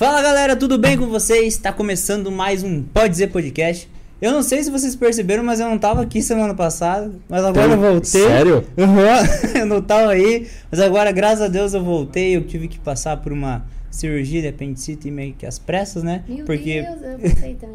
Fala galera, tudo bem com vocês? Está começando mais um Pode Dizer Podcast. Eu não sei se vocês perceberam, mas eu não tava aqui semana passada, mas agora eu voltei. Sério? Uhum. Eu não tava aí, mas agora graças a Deus eu voltei. Eu tive que passar por uma cirurgia de apendicite meio que às pressas, né? Meu porque... Deus, eu voltei também.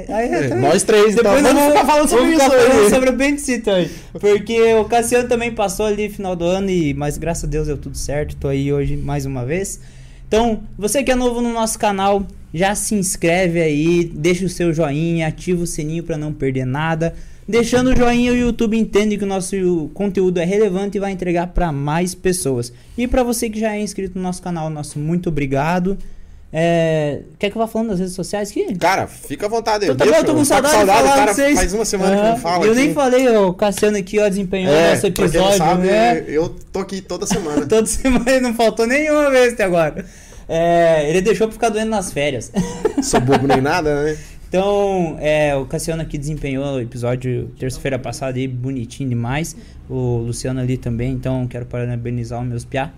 Nós três, depois então. Vamos ficar falando sobre isso aí. sobre apendicite hoje. Porque o Cassiano também passou ali no final do ano, mas graças a Deus deu tudo certo. Tô aí hoje mais uma vez. Então, você que é novo no nosso canal, já se inscreve aí, deixa o seu joinha, ativa o sininho para não perder nada. Deixando o joinha, o YouTube entende que o nosso conteúdo é relevante e vai entregar para mais pessoas. E para você que já é inscrito no nosso canal, nosso muito obrigado. Quer que eu vá falando das redes sociais aqui? Cara, fica à vontade. Então, eu tô com saudade de falar cara, vocês. faz uma semana que não fala Eu aqui. nem falei, o Cassiano aqui, ó, desempenhou nosso episódio, pra quem não sabe, né? Eu tô aqui toda semana. Toda semana ele não faltou nenhuma vez até agora. Ele deixou pra ficar doendo nas férias. Sou bobo nem nada, né? Então, o Cassiano aqui desempenhou o episódio terça-feira passada aí, bonitinho demais. O Luciano ali também, então quero parabenizar os meus piá.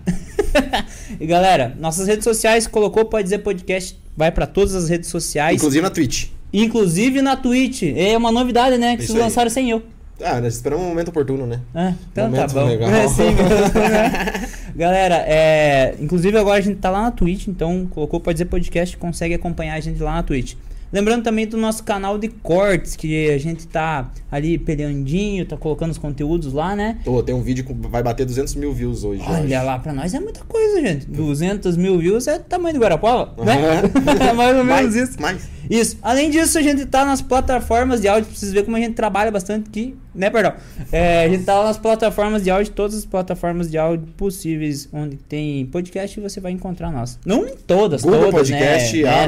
E galera, nossas redes sociais, colocou Pode Dizer Podcast, vai pra todas as redes sociais. Inclusive na Twitch. Inclusive na Twitch. É uma novidade, né? Que Isso vocês aí. lançaram sem eu. Nós esperamos um momento oportuno, né? Então Momento tá bom. legal. Sim, né? Galera, inclusive agora a gente tá lá na Twitch, então colocou Pode Dizer Podcast, consegue acompanhar a gente lá na Twitch. Lembrando também do nosso canal de cortes, que a gente tá ali peleandinho, tá colocando os conteúdos lá, né? Tem um vídeo que vai bater 200 mil views hoje. Olha lá, pra nós é muita coisa, gente. 200 mil views é tamanho do Guarapuava, né? É mais ou menos isso. Isso. Além disso, a gente tá nas plataformas de áudio, pra vocês verem como a gente trabalha bastante aqui, né, perdão. A gente tá lá nas plataformas de áudio, todas as plataformas de áudio possíveis, onde tem podcast, você vai encontrar nós. Não em todas, Google todas, Podcast, né?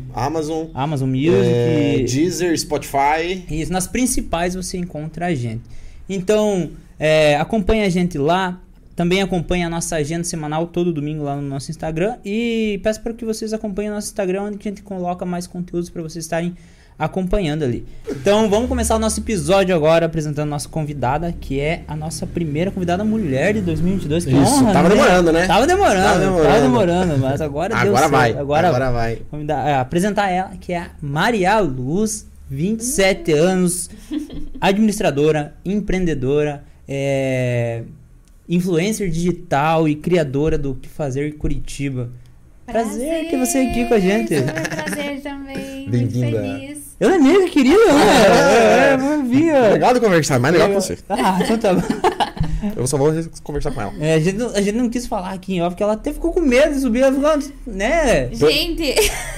Amazon Music, Deezer, Spotify. Isso, nas principais você encontra a gente. Então, acompanha a gente lá. Também acompanha a nossa agenda semanal todo domingo lá no nosso Instagram. E peço para que vocês acompanhem o nosso Instagram, onde a gente coloca mais conteúdos para vocês estarem acompanhando ali. Então vamos começar o nosso episódio agora apresentando a nossa convidada, que é a nossa primeira convidada mulher de 2022. Que Isso, honra, tava demorando, né? Tava demorando, mas agora deu certo. Agora vai. Vamos apresentar ela, que é a Maria Luz, 27 anos, administradora, empreendedora, influencer digital e criadora do Que Fazer Curitiba. Prazer ter você aqui com a gente. Prazer também. Bem-vinda. Muito feliz. Eu é mesmo, querida. Legal de conversar, mais legal que você. Então tá bom. Eu só vou conversar com ela. A gente não quis falar aqui em off, porque ela até ficou com medo de subir, ela ficou, né? Gente,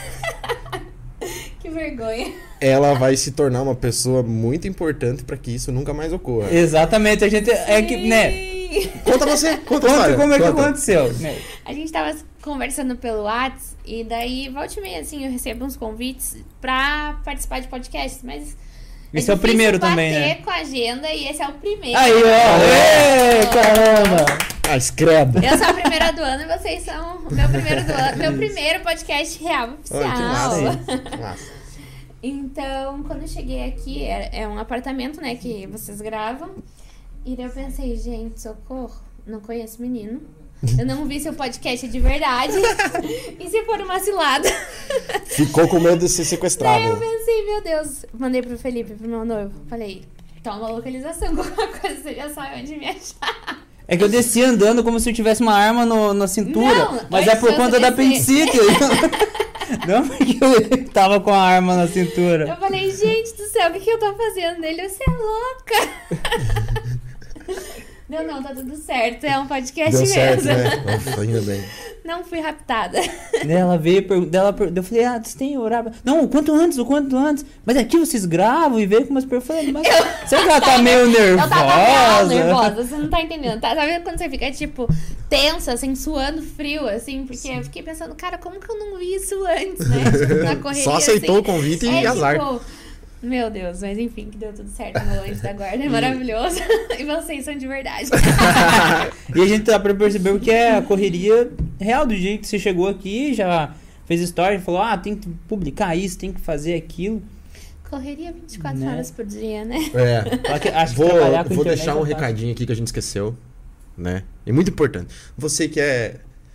que vergonha. Ela vai se tornar uma pessoa muito importante pra que isso nunca mais ocorra. Exatamente, a gente né? Conta você, conta como é que aconteceu. A gente tava conversando pelo WhatsApp e daí, volta e meia, assim, eu recebo uns convites pra participar de podcasts, mas esse é o primeiro também, né? com a agenda e esse é o primeiro. Aí, ó! Caramba! Escreda! Eu sou a primeira do ano e vocês são o meu primeiro do ano, meu primeiro podcast real oficial. Que massa. Então, quando eu cheguei aqui, é um apartamento, né, que vocês gravam. E daí eu pensei, gente, socorro, não conheço menino. Eu não vi seu podcast de verdade. E se for uma cilada? Ficou com medo de ser sequestrado. Daí eu pensei, meu Deus. Mandei pro Felipe, pro meu noivo. Falei, toma localização, qualquer coisa, você já sabe onde me achar. É que eu desci andando como se eu tivesse uma arma na cintura. Não, mas é por conta da apendicite. Não porque eu tava com a arma na cintura. Eu falei, gente do céu, o que eu tô fazendo nele? Você é louca. Não, tá tudo certo. É um podcast Deu mesmo. certo, né? Nossa, ainda bem. Não fui raptada. Ela veio, eu falei, você tem horário? Não, o quanto antes. Mas aqui vocês gravam e veio com umas perguntas. Mas será que ela tá meio nervosa? Eu tava nervosa, você não tá entendendo. Sabe quando você fica, tipo, tensa, assim, suando frio, assim? Porque eu fiquei pensando, cara, como que eu não vi isso antes, né? Tipo, na correria, Só aceitou assim. o convite e azar. Tipo, meu Deus, mas enfim, que deu tudo certo. Meu anjo da guarda é maravilhoso. E vocês são de verdade. E a gente tá pra perceber que é a correria real do dia que você chegou aqui, já fez story, falou, tem que publicar isso, tem que fazer aquilo. Correria 24 horas por dia, né? Acho que trabalhar com vou internet deixar um é fácil. recadinho aqui que a gente esqueceu, né? É muito importante. Você que é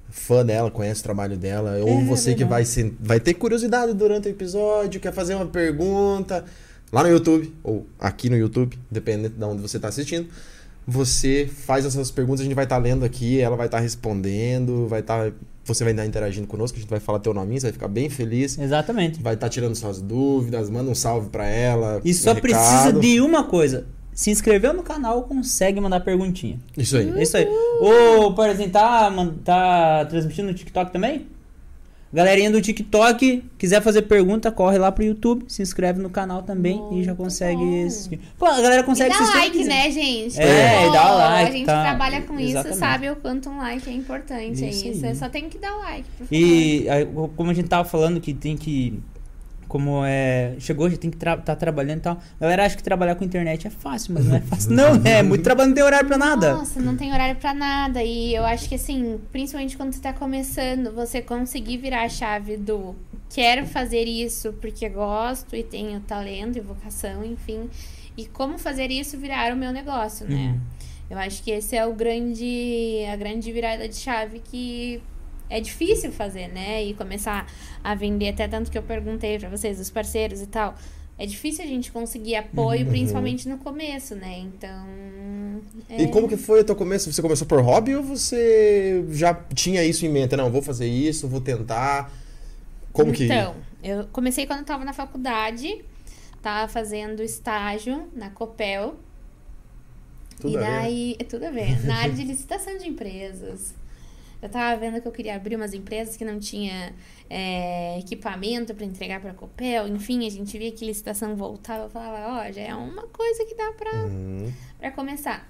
fã dela, conhece o trabalho dela, ou você que vai ter curiosidade durante o episódio, quer fazer uma pergunta lá no YouTube, ou aqui no YouTube, dependendo de onde você está assistindo, você faz essas perguntas, a gente vai estar lendo aqui, ela vai estar respondendo, você vai estar interagindo conosco, a gente vai falar teu nome, você vai ficar bem feliz. Exatamente. Vai estar tirando suas dúvidas, manda um salve pra ela. E só precisa de uma coisa. Se inscreveu no canal, consegue mandar perguntinha. Isso aí. Isso aí. Ou, por exemplo, tá transmitindo no TikTok também? Galerinha do TikTok, quiser fazer pergunta, corre lá pro YouTube, se inscreve no canal também e já consegue assistir. Pô, a galera consegue assistir. Dá assistir. like, né, gente? E dá like. A gente trabalha com isso, sabe o quanto um like é importante. Isso. Só tem que dar like, por favor. E como a gente tava falando que tem que... Chegou, já tem que tá trabalhando e tal. A galera acha que trabalhar com internet é fácil, mas não é fácil. Não, é muito trabalho, não tem horário pra nada. Nossa, não tem horário pra nada. E eu acho que assim, principalmente quando você tá começando, você conseguir virar a chave do quero fazer isso porque gosto e tenho talento e vocação, enfim. E como fazer isso virar o meu negócio, né? Eu acho que esse é a grande virada de chave que... é difícil fazer, né? E começar a vender, até tanto que eu perguntei pra vocês, os parceiros e tal. É difícil a gente conseguir apoio, principalmente no começo, né? Então... E como que foi o teu começo? Você começou por hobby ou você já tinha isso em mente? Não, vou fazer isso, vou tentar... Então, eu comecei quando eu tava na faculdade. Tava fazendo estágio na Copel. Tudo a ver. Na área de licitação de empresas. Eu tava vendo que eu queria abrir umas empresas que não tinha equipamento para entregar para a Copel. Enfim, a gente via que licitação voltava. Eu falava, já é uma coisa que dá para começar.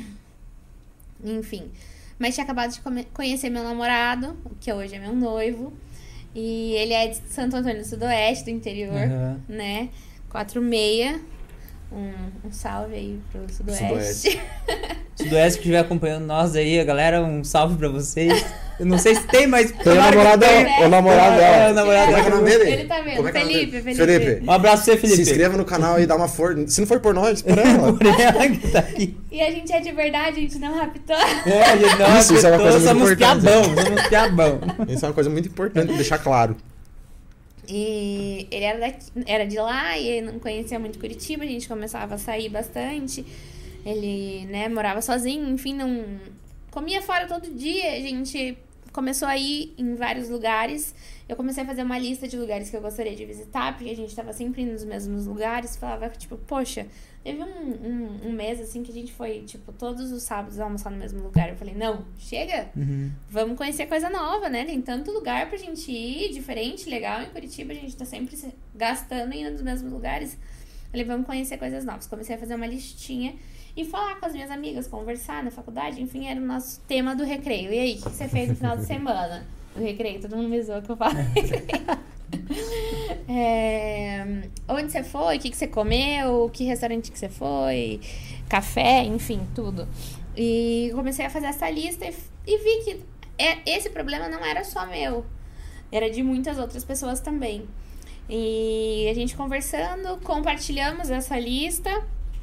Enfim. Mas tinha acabado de conhecer meu namorado, que hoje é meu noivo. E ele é de Santo Antônio do Sudoeste, do interior, né? 46. Um salve aí pro Sudoeste. Sudoeste que estiver acompanhando nós aí, a galera, um salve pra vocês. Eu não sei se tem, mas... Tem o namorado dela. Como é que é o nome dele? Ele tá vendo. Felipe. Um abraço pra você, Felipe. Se inscreva no canal e dá uma força. Se não for por nós, por ela. Por ela que tá aqui. E a gente é de verdade, a gente não raptou. A gente não raptou, isso é uma coisa muito importante. Somos piabão. Isso é uma coisa muito importante, deixar claro. E ele era de lá e ele não conhecia muito Curitiba, a gente começava a sair bastante. Ele, morava sozinho, enfim, não comia fora todo dia. A gente começou a ir em vários lugares. Eu comecei a fazer uma lista de lugares que eu gostaria de visitar, porque a gente tava sempre nos mesmos lugares. Falava, tipo, poxa, teve um mês, assim, que a gente foi, tipo, todos os sábados almoçar no mesmo lugar. Eu falei, não, chega, vamos conhecer coisa nova, né? Tem tanto lugar pra gente ir, diferente, legal. Em Curitiba a gente tá sempre gastando indo nos mesmos lugares. Eu falei, vamos conhecer coisas novas. Comecei a fazer uma listinha e falar com as minhas amigas, conversar na faculdade. Enfim, era o nosso tema do recreio. E aí, o que você fez no final de semana? No recreio, todo mundo me zoa que eu falo recreio. Onde você foi? O que você comeu? Que restaurante que você foi? Café, enfim, tudo. E comecei a fazer essa lista e vi que esse problema não era só meu. Era de muitas outras pessoas também. E a gente conversando, compartilhamos essa lista.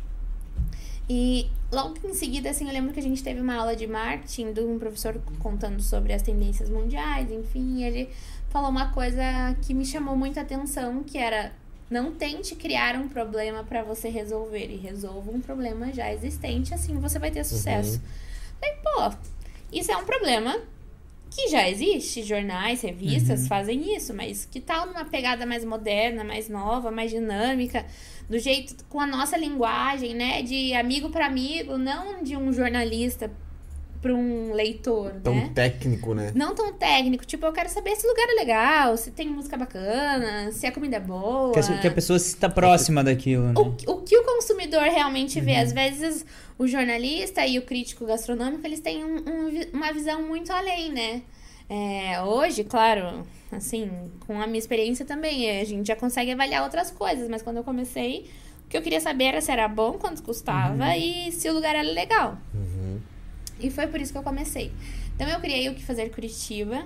E logo em seguida, assim, eu lembro que a gente teve uma aula de marketing de um professor contando sobre as tendências mundiais, enfim, e ele falou uma coisa que me chamou muita atenção, que era: não tente criar um problema para você resolver, e resolva um problema já existente, assim você vai ter sucesso. Falei, isso é um problema que já existe, jornais, revistas fazem isso, mas que tal numa pegada mais moderna, mais nova, mais dinâmica, do jeito, com a nossa linguagem, né, de amigo para amigo, não de um jornalista para um leitor, tão técnico, né? Não tão técnico, tipo, eu quero saber se o lugar é legal, se tem música bacana, se a comida é boa. Que a pessoa está próxima daquilo, né? O que o consumidor realmente vê. Às vezes, o jornalista e o crítico gastronômico, eles têm uma visão muito além, né? Hoje, claro, assim, com a minha experiência também, a gente já consegue avaliar outras coisas, mas quando eu comecei, o que eu queria saber era se era bom, quanto custava e se o lugar era legal. E foi por isso que eu comecei. Então, eu criei o Que Fazer Curitiba.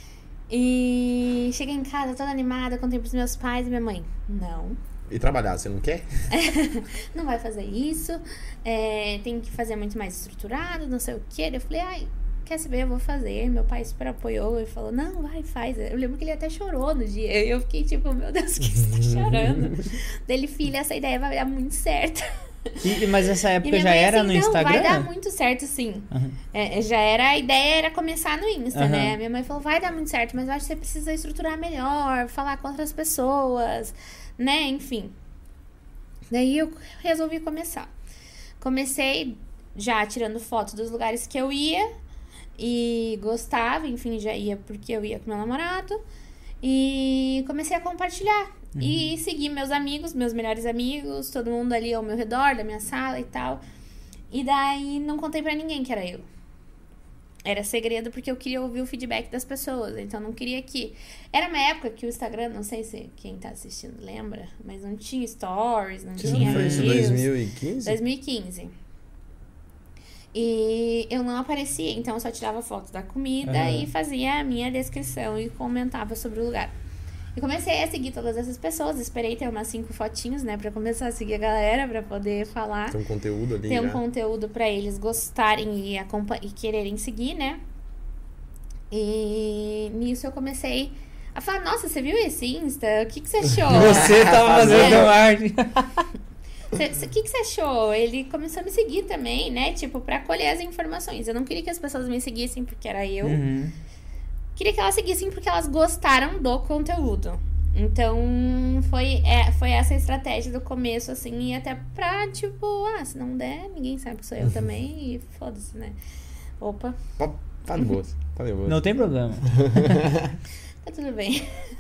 E cheguei em casa toda animada, contei pros meus pais e minha mãe. Não. E trabalhar, você não quer? Não vai fazer isso. Tem que fazer muito mais estruturado, não sei o quê. Eu falei, quer saber, eu vou fazer. Meu pai super apoiou e falou, não, vai, faz. Eu lembro que ele até chorou no dia. Eu fiquei tipo, meu Deus, que você tá chorando? Dele, filha, essa ideia vai dar muito certo. Mas essa E época minha já mãe era assim, no não, Instagram? vai dar muito certo, sim. Uhum. Já era, a ideia era começar no Insta, Uhum. né? Minha mãe falou, vai dar muito certo, mas eu acho que você precisa estruturar melhor, falar com outras pessoas, né? Enfim. Daí eu resolvi começar. Comecei já tirando foto dos lugares que eu ia e gostava, enfim, já ia porque eu ia com meu namorado. E comecei a compartilhar. E segui meus amigos, meus melhores amigos, todo mundo ali ao meu redor, da minha sala e tal. E daí não contei pra ninguém que era eu. Era segredo porque eu queria ouvir o feedback das pessoas. Então não queria que... Era uma época que o Instagram, não sei se quem tá assistindo lembra, mas não tinha stories, não tinha Foi isso, Reels. 2015? 2015. E eu não aparecia, então eu só tirava foto da comida e fazia a minha descrição e comentava sobre o lugar. E comecei a seguir todas essas pessoas, esperei ter umas 5 fotinhos, né, pra começar a seguir a galera, pra poder falar. Tem um conteúdo ali Ter um já. conteúdo pra eles gostarem e quererem seguir, né? E nisso eu comecei a falar, nossa, você viu esse Insta? O que você achou? Você tava fazendo arte. O que você achou? Ele começou a me seguir também, né? Tipo, pra colher as informações. Eu não queria que as pessoas me seguissem porque era eu. Uhum. Queria que elas seguissem porque elas gostaram do conteúdo. Então, foi essa a estratégia do começo, assim. E até pra, tipo, se não der, ninguém sabe que sou eu também. E foda-se, né? Opa, Tá de boa. Tá de boa. Não tem problema. tá tudo bem.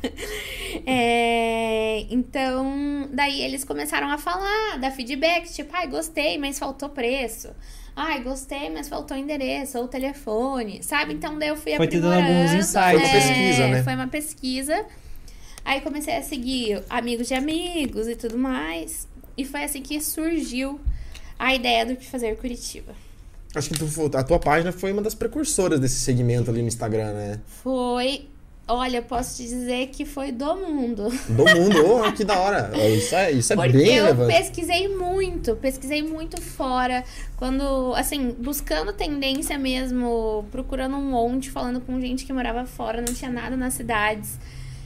Então, daí eles começaram a falar, dar feedback, tipo, ai, gostei, mas faltou preço. Ai, gostei, mas faltou endereço ou telefone, sabe? Então, daí eu fui Foi te dando aprimorando. alguns insights. Foi uma pesquisa, né? Foi uma pesquisa. Aí comecei a seguir amigos de amigos e tudo mais. E foi assim que surgiu a ideia do que fazer Curitiba. Acho que a tua página foi uma das precursoras desse segmento ali no Instagram, né? Foi... Olha, posso te dizer que foi do mundo. Do mundo, que da hora. Isso é Porque bem eu relevante. pesquisei muito fora. Quando, assim, buscando tendência mesmo, procurando um monte, falando com gente que morava fora, não tinha nada nas cidades.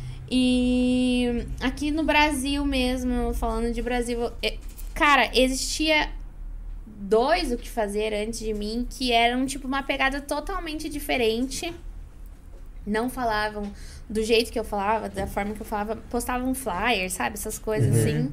E aqui no Brasil mesmo, falando de Brasil, cara, existia 2 o que fazer antes de mim, que eram, tipo, uma pegada totalmente diferente. Não falavam do jeito que eu falava, da forma que eu falava, postavam flyer, sabe? Essas coisas assim.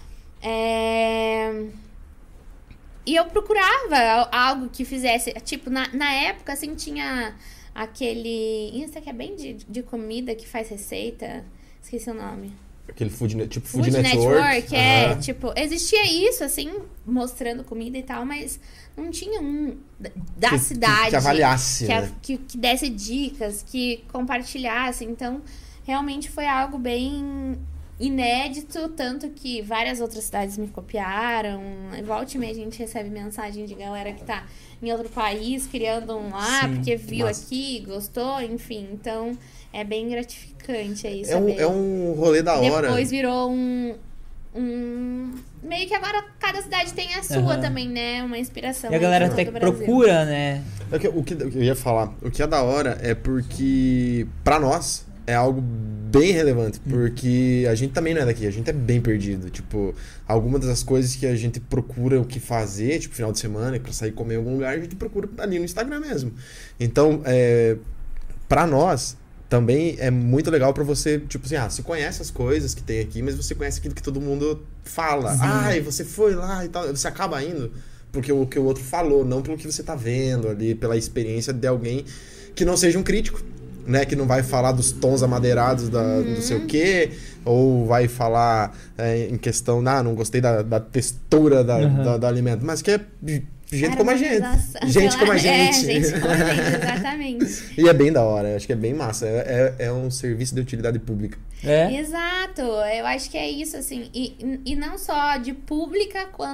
E eu procurava algo que fizesse... Tipo, na época, assim, tinha aquele Insta que é bem de comida, que faz receita. Esqueci o nome. Aquele Food Food Network, tipo, existia isso, assim, mostrando comida e tal, mas não tinha um da cidade que avaliasse, né? que desse dicas, que compartilhasse. Então, realmente foi algo bem inédito, tanto que várias outras cidades me copiaram. Volta e meia a gente recebe mensagem de galera que tá em outro país criando um lá, Sim, porque viu massa. aqui, gostou, enfim. Então, é bem gratificante aí É saber. um rolê da hora. Depois virou um... Meio que agora cada cidade tem a sua também, né? Uma inspiração. E a galera aí até do que Brasil. procura, né? O que eu ia falar, o que é da hora é porque, pra nós, é algo bem relevante, porque a gente também não é daqui, a gente é bem perdido. Tipo, algumas das coisas que a gente procura o que fazer, tipo, final de semana, pra sair comer em algum lugar, a gente procura ali no Instagram mesmo. Então, pra nós, também é muito legal pra você, tipo assim, você conhece as coisas que tem aqui, mas você conhece aquilo que todo mundo fala. Ai, você foi lá e tal. Você acaba indo porque o que o outro falou, não pelo que você tá vendo ali, pela experiência de alguém que não seja um crítico, né? Que não vai falar dos tons amadeirados do sei o quê, ou vai falar em questão, não gostei da textura do alimento, mas que é gente como a gente. Gente como a gente. Gente como a gente, exatamente. E é bem da hora, acho que é bem massa. É um serviço de utilidade pública. Exato, eu acho que é isso, assim. E não só de pública, quanto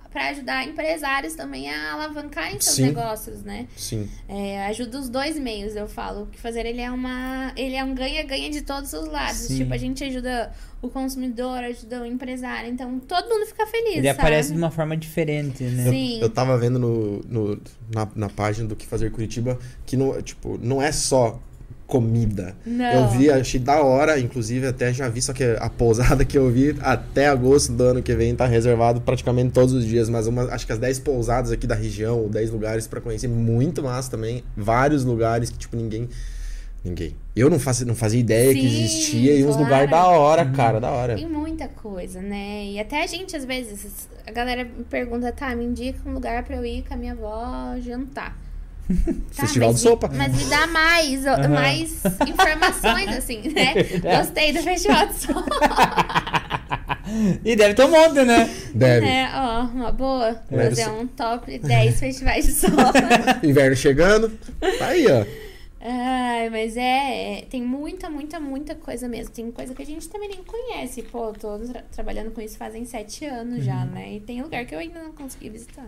pra ajudar empresários também a alavancar em seus Sim. negócios, né? Sim. Ajuda os dois meios, eu falo. O que fazer ele é um ganha-ganha de todos os lados. Sim. Tipo, a gente ajuda o consumidor, ajuda o empresário. Então, todo mundo fica feliz, Ele sabe? aparece de uma forma diferente, né? Sim. Eu tava vendo na página do Que Fazer Curitiba que não é só comida. Não. Eu vi, achei da hora, inclusive até já vi, só que a pousada que eu vi até agosto do ano que vem tá reservado praticamente todos os dias, mas acho que as 10 pousadas aqui da região, ou 10 lugares pra conhecer, muito massa também, vários lugares que tipo ninguém. Eu não fazia ideia que Sim, existia e uns claro. lugares da hora, cara, da hora. Tem muita coisa, né? E até a gente, às vezes, a galera me pergunta, tá, me indica um lugar pra eu ir com a minha avó jantar. Tá, Festival mas de sopa. Mas me dá mais informações, assim, né? Gostei do festival de sopa. E deve ter um monte, né? Deve. Ó, uma boa. Deve Fazer ser. um top 10 festivais de sopa. Inverno chegando. Tá aí, ó. Ai, mas tem muita coisa mesmo. Tem coisa que a gente também nem conhece. Pô, tô trabalhando com isso fazem 7 anos já, né? E tem lugar que eu ainda não consegui visitar.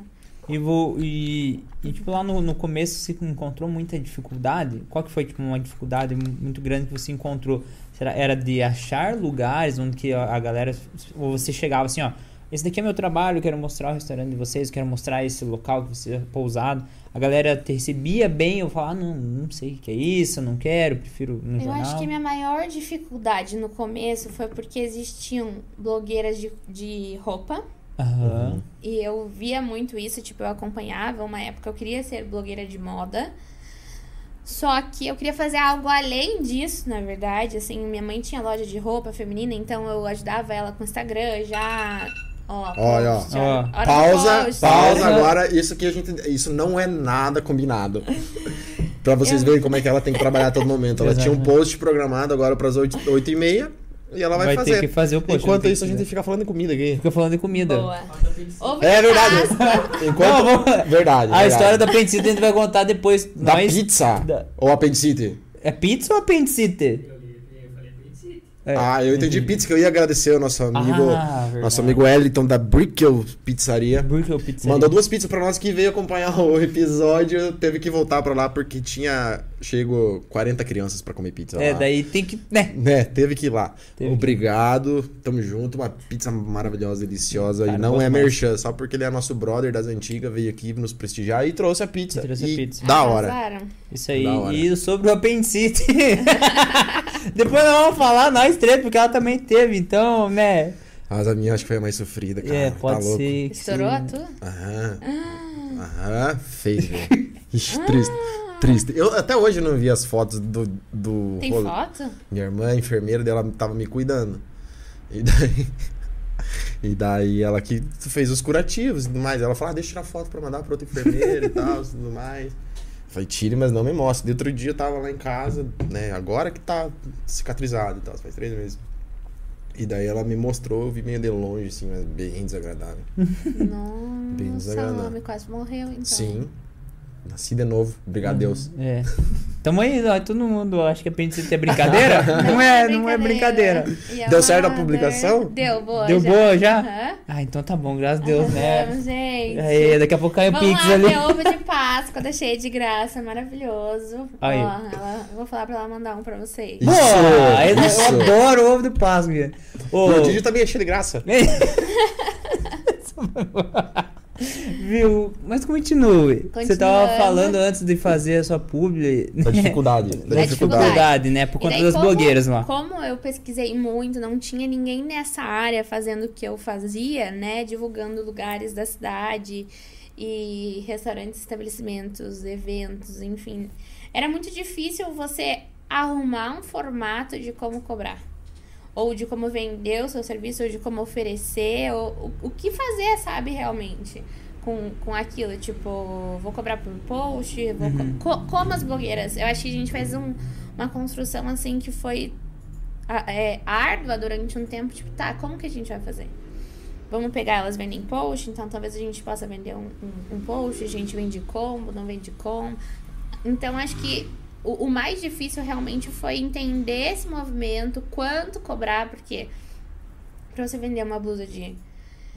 E tipo, lá no começo você encontrou muita dificuldade? Qual que foi, tipo, uma dificuldade muito grande que você encontrou? Era de achar lugares onde que a galera... Ou você chegava assim, ó, esse daqui é meu trabalho, eu quero mostrar o restaurante de vocês, eu quero mostrar esse local que você é pousado. A galera te recebia bem, eu falava, não sei o que é isso, eu não quero, prefiro no jornal. Eu acho que a minha maior dificuldade no começo foi porque existiam blogueiras de roupa. Aham. E eu via muito isso, tipo, eu acompanhava uma época, eu queria ser blogueira de moda. Só que eu queria fazer algo além disso, na verdade. Assim, minha mãe tinha loja de roupa feminina, então eu ajudava ela com o Instagram, já... Olha, post, ó. hora do Pausa post. agora. Isso não é nada combinado. Pra vocês verem como é que ela tem que trabalhar a todo momento. Ela tinha um post programado agora pras 8h30 e ela vai fazer. Ter que fazer o post. Enquanto isso, a gente fica falando de comida aqui. Fica falando de comida. Boa. Ovo de É verdade. Páscoa. Enquanto... Verdade. A história da apendicite a gente vai contar depois. da pizza ou apendicite? É pizza ou apendicite? Eu entendi pizza, que eu ia agradecer ao nosso amigo, verdade. Wellington da Brickell Pizzaria. Brickell Pizzaria. Mandou 2 pizzas pra nós, que veio acompanhar o episódio. Teve que voltar pra lá porque chegou 40 crianças pra comer pizza lá. Daí tem que, né? Teve que ir lá. Obrigado, tamo junto. Uma pizza maravilhosa, deliciosa. Cara, e não bom é demais. merchan, só porque ele é nosso brother das antigas, veio aqui nos prestigiar e trouxe a pizza. Da hora. Arrasaram. Isso aí. Da hora. E sobre o apendicite. Depois nós vamos falar, nós três, porque ela também teve, então, né? Mas a minha acho que foi a mais sofrida, cara. Pode tá louco. ser. que Estourou sim. a tua? Aham, feio, velho. Ixi, triste. Eu até hoje não vi as fotos do Tem rolo. foto? Minha irmã, a enfermeira dela, tava me cuidando. E daí ela que fez os curativos e tudo mais. Ela falou, deixa eu tirar foto pra mandar pra outra enfermeira e tal, tudo mais. Falei, tire, mas não me mostre. De outro dia eu tava lá em casa, né? Agora que tá cicatrizado e tal, faz 3 meses. E daí ela me mostrou, eu vi meio de longe, assim, mas bem desagradável. Bem Nossa, desagradável. o homem quase morreu, então. Sim. Nasci de novo. Obrigado a Deus. Tamo aí, ó, todo mundo acha que apendicite é brincadeira? Não é brincadeira. E é Deu uma certo a publicação? Deu boa. Deu boa já? Aham. Então tá bom, graças a Deus, né? Arrasamos, gente. Aí, daqui a pouco cai o Vamos Pix lá, ali. ter ovo de Páscoa, deixei de graça, maravilhoso. Aí. Ó, eu vou falar pra ela mandar um pra vocês. Isso, Boa! Eu isso. adoro ovo de Páscoa. Ô, O Didi também é cheio de graça. Viu? Mas continue. Você tava Continuando. falando antes de fazer a sua publi. Da dificuldade. Da dificuldade, né? Por E conta daí, das blogueiras lá. Como eu pesquisei muito, não tinha ninguém nessa área fazendo o que eu fazia, né? Divulgando lugares da cidade e restaurantes, estabelecimentos, eventos, enfim. Era muito difícil você arrumar um formato de como cobrar. Ou de como vender o seu serviço, ou de como oferecer, ou o que fazer, sabe, realmente, com aquilo. Tipo, vou cobrar por post, como as blogueiras. Eu acho que a gente fez uma construção, assim, que foi árdua durante um tempo. Tipo, tá, como que a gente vai fazer? Vamos pegar elas vendem post, então talvez a gente possa vender um post, a gente vende combo, não vende combo. Então, acho que o mais difícil realmente foi entender esse movimento, quanto cobrar, porque pra você vender uma blusa de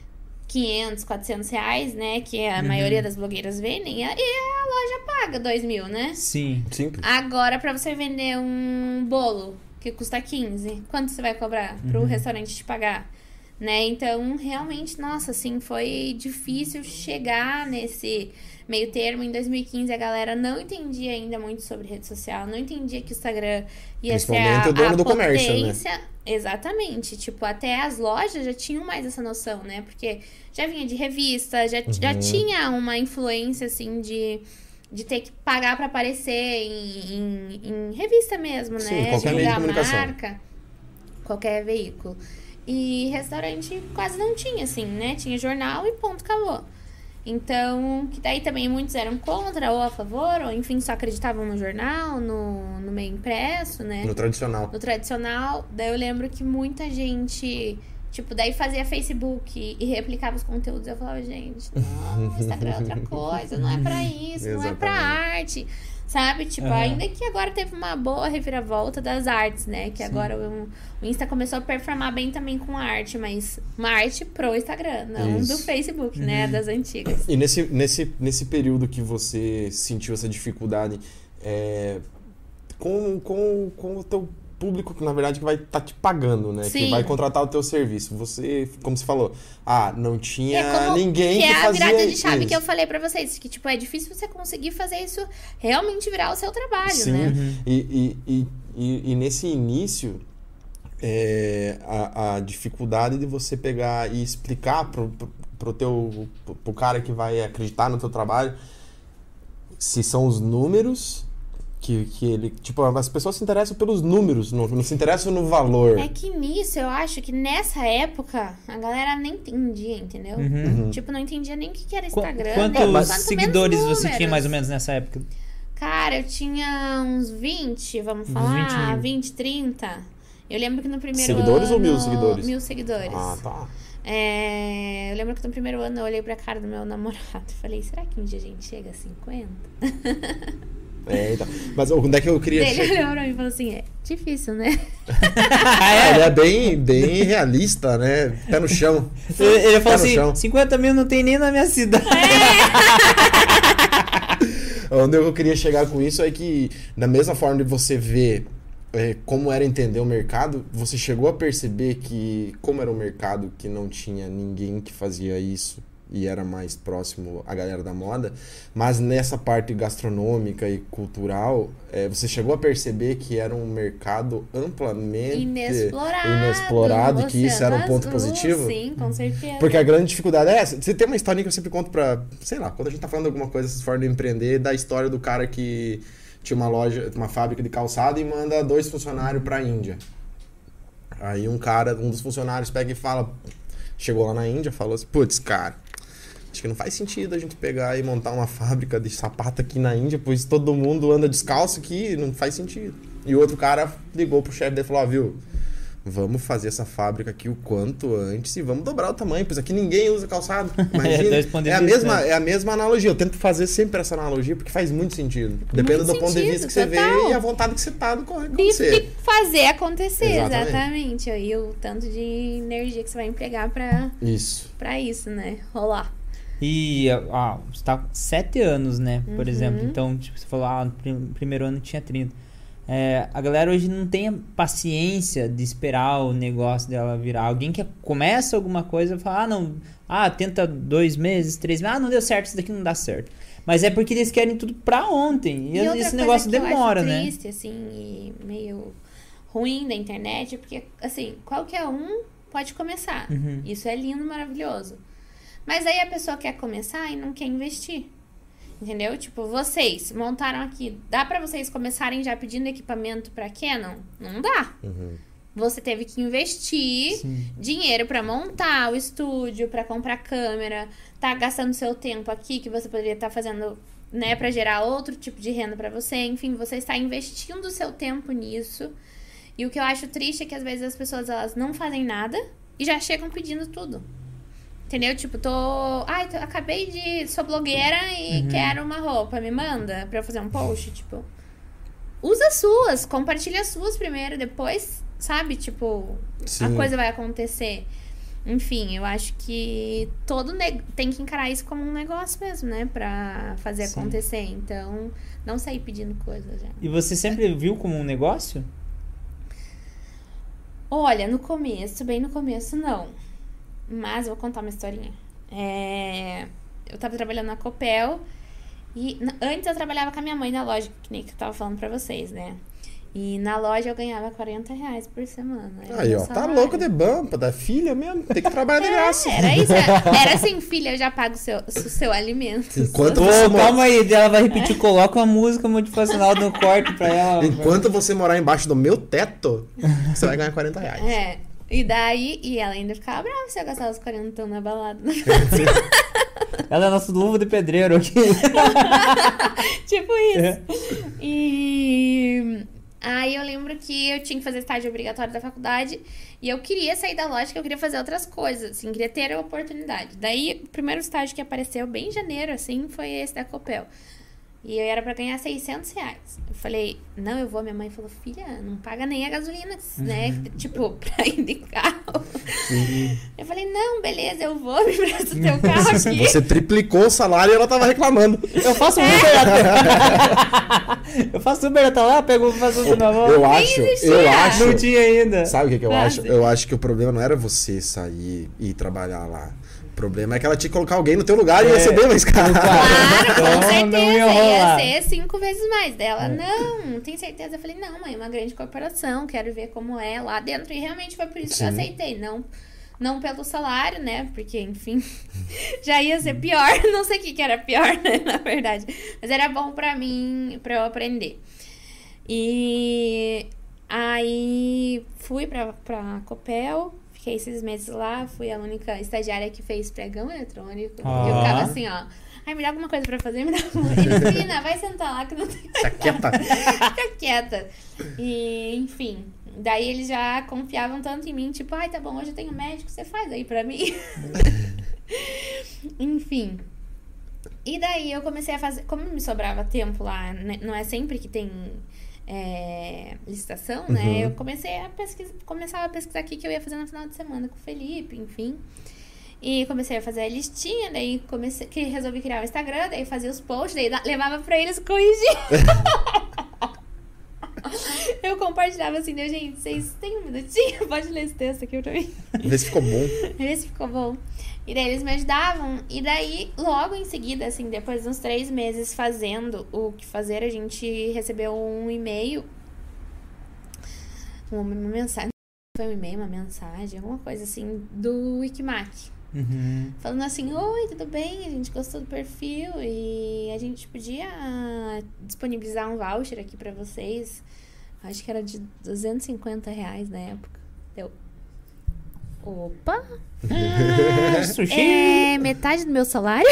500, 400 reais, né? Que a maioria das blogueiras vendem. E a loja paga 2.000, né? Sim. Simples. Agora, pra você vender um bolo que custa 15, quanto você vai cobrar pro restaurante te pagar? Né? Então, realmente, nossa, assim, foi difícil chegar nesse meio termo. Em 2015, a galera não entendia ainda muito sobre rede social, não entendia que o Instagram ia ser Principalmente o dono do comércio, né? potência. Exatamente. Tipo, até as lojas já tinham mais essa noção, né? Porque já vinha de revista, já tinha uma influência, assim, de ter que pagar pra aparecer em revista mesmo, Sim, né? qualquer meio de Divulgar a comunicação. marca, qualquer veículo. E restaurante quase não tinha, assim, né? Tinha jornal e ponto, acabou. Então, que daí também muitos eram contra ou a favor, ou enfim, só acreditavam no jornal, no meio impresso, né? No tradicional. No tradicional. Daí eu lembro que muita gente, tipo, daí fazia Facebook e replicava os conteúdos. Eu falava, gente, não, Instagram é outra coisa, não é pra isso, não é pra arte. Sabe? Tipo, ainda que agora teve uma boa reviravolta das artes, né? Que agora o Insta começou a performar bem também com arte, mas uma arte pro Instagram, não do Facebook, né? Das antigas. E nesse período que você sentiu essa dificuldade, com o teu público, que na verdade que vai estar te pagando, né? Sim. Que vai contratar o teu serviço. Você, como você falou, não tinha como ninguém que que é a fazia virada de chave isso. que eu falei pra vocês, que tipo, é difícil você conseguir fazer isso realmente virar o seu trabalho, Sim. né? E nesse início, a dificuldade de você pegar e explicar pro cara que vai acreditar no teu trabalho se são os números que ele... Tipo, as pessoas se interessam pelos números, não se interessam no valor. É que nisso, eu acho que nessa época, a galera nem entendia, entendeu? Tipo, não entendia nem o que era Instagram. Quantos quanto seguidores menos você tinha números. mais ou menos nessa época? Cara, eu tinha uns 20, vamos Uns falar, 20 mil. 20, 30. Eu lembro que no primeiro Seguidores ano... ou 1.000 seguidores? 1.000 seguidores. Ah, tá. Eu lembro que no primeiro ano eu olhei pra cara do meu namorado e falei, será que um dia a gente chega a 50? Então. Mas onde é que eu queria Ele olhou pra mim e falou assim, difícil, né? Ele é bem realista, né? Pé no chão. Ele falou Pé no chão. assim, 50 mil não tem nem na minha cidade. Onde eu queria chegar com isso é que, da mesma forma de você ver como era entender o mercado, você chegou a perceber que, como era um mercado que não tinha ninguém que fazia isso e era mais próximo à galera da moda, mas nessa parte gastronômica e cultural, você chegou a perceber que era um mercado amplamente inexplorado e que isso era um ponto positivo? Sim, com certeza. Porque a grande dificuldade é essa. Você tem uma historinha que eu sempre conto pra... Sei lá, quando a gente tá falando de alguma coisa, se for de empreender, da história do cara que tinha uma loja, uma fábrica de calçado e manda 2 funcionários pra Índia. Aí um dos funcionários pega e fala... Chegou lá na Índia, falou assim, putz, cara, acho que não faz sentido a gente pegar e montar uma fábrica de sapato aqui na Índia, pois todo mundo anda descalço aqui, não faz sentido. E o outro cara ligou pro chefe dele e falou, viu, vamos fazer essa fábrica aqui o quanto antes e vamos dobrar o tamanho, pois aqui ninguém usa calçado. Imagina, é a mesma analogia. Eu tento fazer sempre essa analogia porque faz muito sentido. Depende do ponto de vista que você vê e a vontade que você tá do que acontecer. E fazer acontecer, exatamente. E o tanto de energia que você vai empregar pra isso, né? Rolar. E você tá com 7 anos, né? Por exemplo. Então, tipo, você falou, no primeiro ano tinha 30. A galera hoje não tem a paciência de esperar o negócio dela virar. Alguém que começa alguma coisa e fala, tenta 2 meses, 3 meses, não deu certo, isso daqui não dá certo. Mas é porque eles querem tudo pra ontem. E esse negócio demora, né? Triste, assim, e meio ruim da internet, porque, assim, qualquer um pode começar. Isso é lindo, maravilhoso. Mas aí a pessoa quer começar e não quer investir. Entendeu? Tipo, vocês montaram aqui. Dá pra vocês começarem já pedindo equipamento pra Canon? Não dá. Você teve que investir dinheiro pra montar o estúdio, pra comprar câmera, tá gastando seu tempo aqui que você poderia estar fazendo, né, pra gerar outro tipo de renda pra você. Enfim, você está investindo o seu tempo nisso. E o que eu acho triste é que às vezes as pessoas elas não fazem nada e já chegam pedindo tudo. Entendeu? Tipo, acabei de... Sou blogueira e quero uma roupa. Me manda pra eu fazer um post, tipo... Usa as suas. Compartilha as suas primeiro. Depois, sabe? Tipo, a coisa vai acontecer. Enfim, eu acho que tem que encarar isso como um negócio mesmo, né? Pra fazer Sim. acontecer. Então, não sair pedindo coisas já. E você sempre viu como um negócio? Olha, no começo, bem no começo, não. Mas eu vou contar uma historinha. Eu tava trabalhando na Copel e antes eu trabalhava com a minha mãe na loja, que nem que eu tava falando pra vocês, né? E na loja eu ganhava R$40 por semana. Era Aí, meu ó, tá salário. louco de bampa, da filha mesmo. Tem que trabalhar de graça. Era isso. Era assim, filha, eu já pago o seu alimento. Enquanto Ô, você mora- calma aí, ela vai repetir, coloca uma música motivacional no corte pra ela. Enquanto você morar embaixo do meu teto, você vai ganhar R$40. E daí, e ela ainda ficava brava se eu gastava os 40 na balada. Ela é nosso luva de pedreiro aqui. Tipo isso. E aí eu lembro que eu tinha que fazer estágio obrigatório da faculdade e eu queria sair da loja, que eu queria fazer outras coisas, assim, queria ter a oportunidade. Daí, o primeiro estágio que apareceu bem em janeiro, assim, foi esse da Copel. E eu era pra ganhar R$600. Eu falei, não, eu vou. Minha mãe falou, filha, não paga nem a gasolina, né? Tipo, pra ir de carro. Eu falei, não, beleza, eu vou, me presta o teu carro aqui. Você triplicou o salário e ela tava reclamando. Eu faço Uber até. Eu faço Uber até lá, faço Uber na mão. Eu acho. Não tinha ainda. Sabe o que eu Ah, acho? sim. Eu acho que o problema não era você sair e trabalhar lá. O problema é que ela tinha que colocar alguém no teu lugar e ia ser bem mais caro. Claro, com Então, certeza. não ia Ia rolar. ser 5 vezes mais dela. Não, tem certeza. Eu falei, não, mãe, é uma grande corporação, quero ver como é lá dentro. E realmente foi por isso que eu Sim. aceitei. Não pelo salário, né? Porque, enfim, já ia ser pior. Não sei o que era pior, né? Na verdade. Mas era bom pra mim, pra eu aprender. E aí fui pra Copel. Fiquei 6 meses lá, fui a única estagiária que fez pregão eletrônico. Ah. E eu ficava assim, ó. Ai, me dá alguma coisa pra fazer, me dá alguma coisa. Menina, vai sentar lá que não tem Fica quieta. Fica quieta. E, enfim. Daí eles já confiavam tanto em mim, tipo, ai, tá bom, hoje eu tenho médico, você faz aí pra mim. Enfim. E daí eu comecei a fazer. Como me sobrava tempo lá, né, não é sempre que tem licitação, né? Eu começava a pesquisar o que eu ia fazer no final de semana com o Felipe, enfim. E comecei a fazer a listinha, daí resolvi criar o Instagram, daí fazia os posts, daí levava pra eles corrigir. Eu compartilhava assim, né, gente, vocês têm um minutinho? Pode ler esse texto aqui pra mim. Vê se ficou bom. Vê se ficou bom. E daí eles me ajudavam. E daí, logo em seguida, assim, depois de uns 3 meses fazendo o que fazer, a gente recebeu um e-mail. Uma mensagem. Foi um e-mail, uma mensagem, alguma coisa assim, do Wikimac. Uhum. Falando assim, oi, tudo bem? A gente gostou do perfil e a gente podia disponibilizar um voucher aqui pra vocês. Acho que era de R$250 na época. Deu. Opa! Sushi. Metade do meu salário?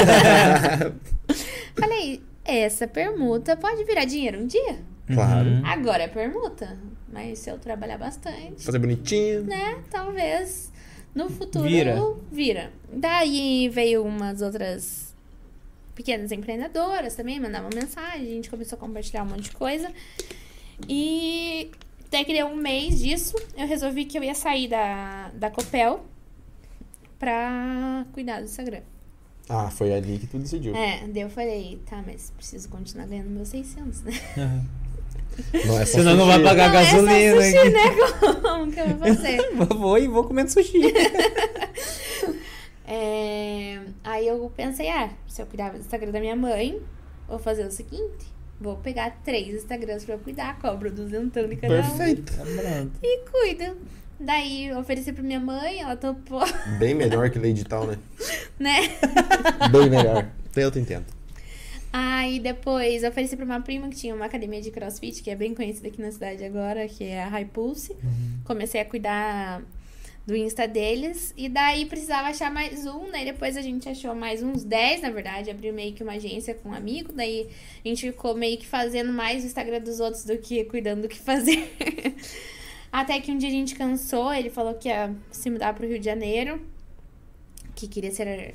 Falei, essa permuta pode virar dinheiro um dia? Claro. Uhum. Agora é permuta. Mas se eu trabalhar bastante, Fazer bonitinho. né? Talvez no futuro Vira. Daí veio umas outras pequenas empreendedoras também, mandavam mensagem, a gente começou a compartilhar um monte de coisa. E até que deu um mês disso, eu resolvi que eu ia sair da Copel pra cuidar do Instagram. Ah, foi ali que tu decidiu. Daí eu falei, tá, mas preciso continuar ganhando meus 600, né? Uhum. Não é só Senão não vai sushi. pagar Não é só gasolina. sushi, né? Como que eu vou fazer? Vou comendo sushi. Aí eu pensei, se eu cuidar do Instagram da minha mãe, vou fazer o seguinte, vou pegar 3 Instagrams pra eu cuidar, cobro R$200 de cada um Perfeito. e cuido. Daí eu ofereci pra minha mãe, ela topou, Bem melhor que lei de tal, né? né? Bem melhor. Eu te entendo. Aí depois eu ofereci pra uma prima que tinha uma academia de crossfit, que é bem conhecida aqui na cidade agora, que é a High Pulse. Comecei a cuidar do Insta deles. E daí precisava achar mais um, né? Depois a gente achou mais uns 10, na verdade. Abriu meio que uma agência com um amigo. Daí a gente ficou meio que fazendo mais o Instagram dos outros do que cuidando do que fazer. Até que um dia a gente cansou. Ele falou que ia se mudar pro Rio de Janeiro. Que queria ser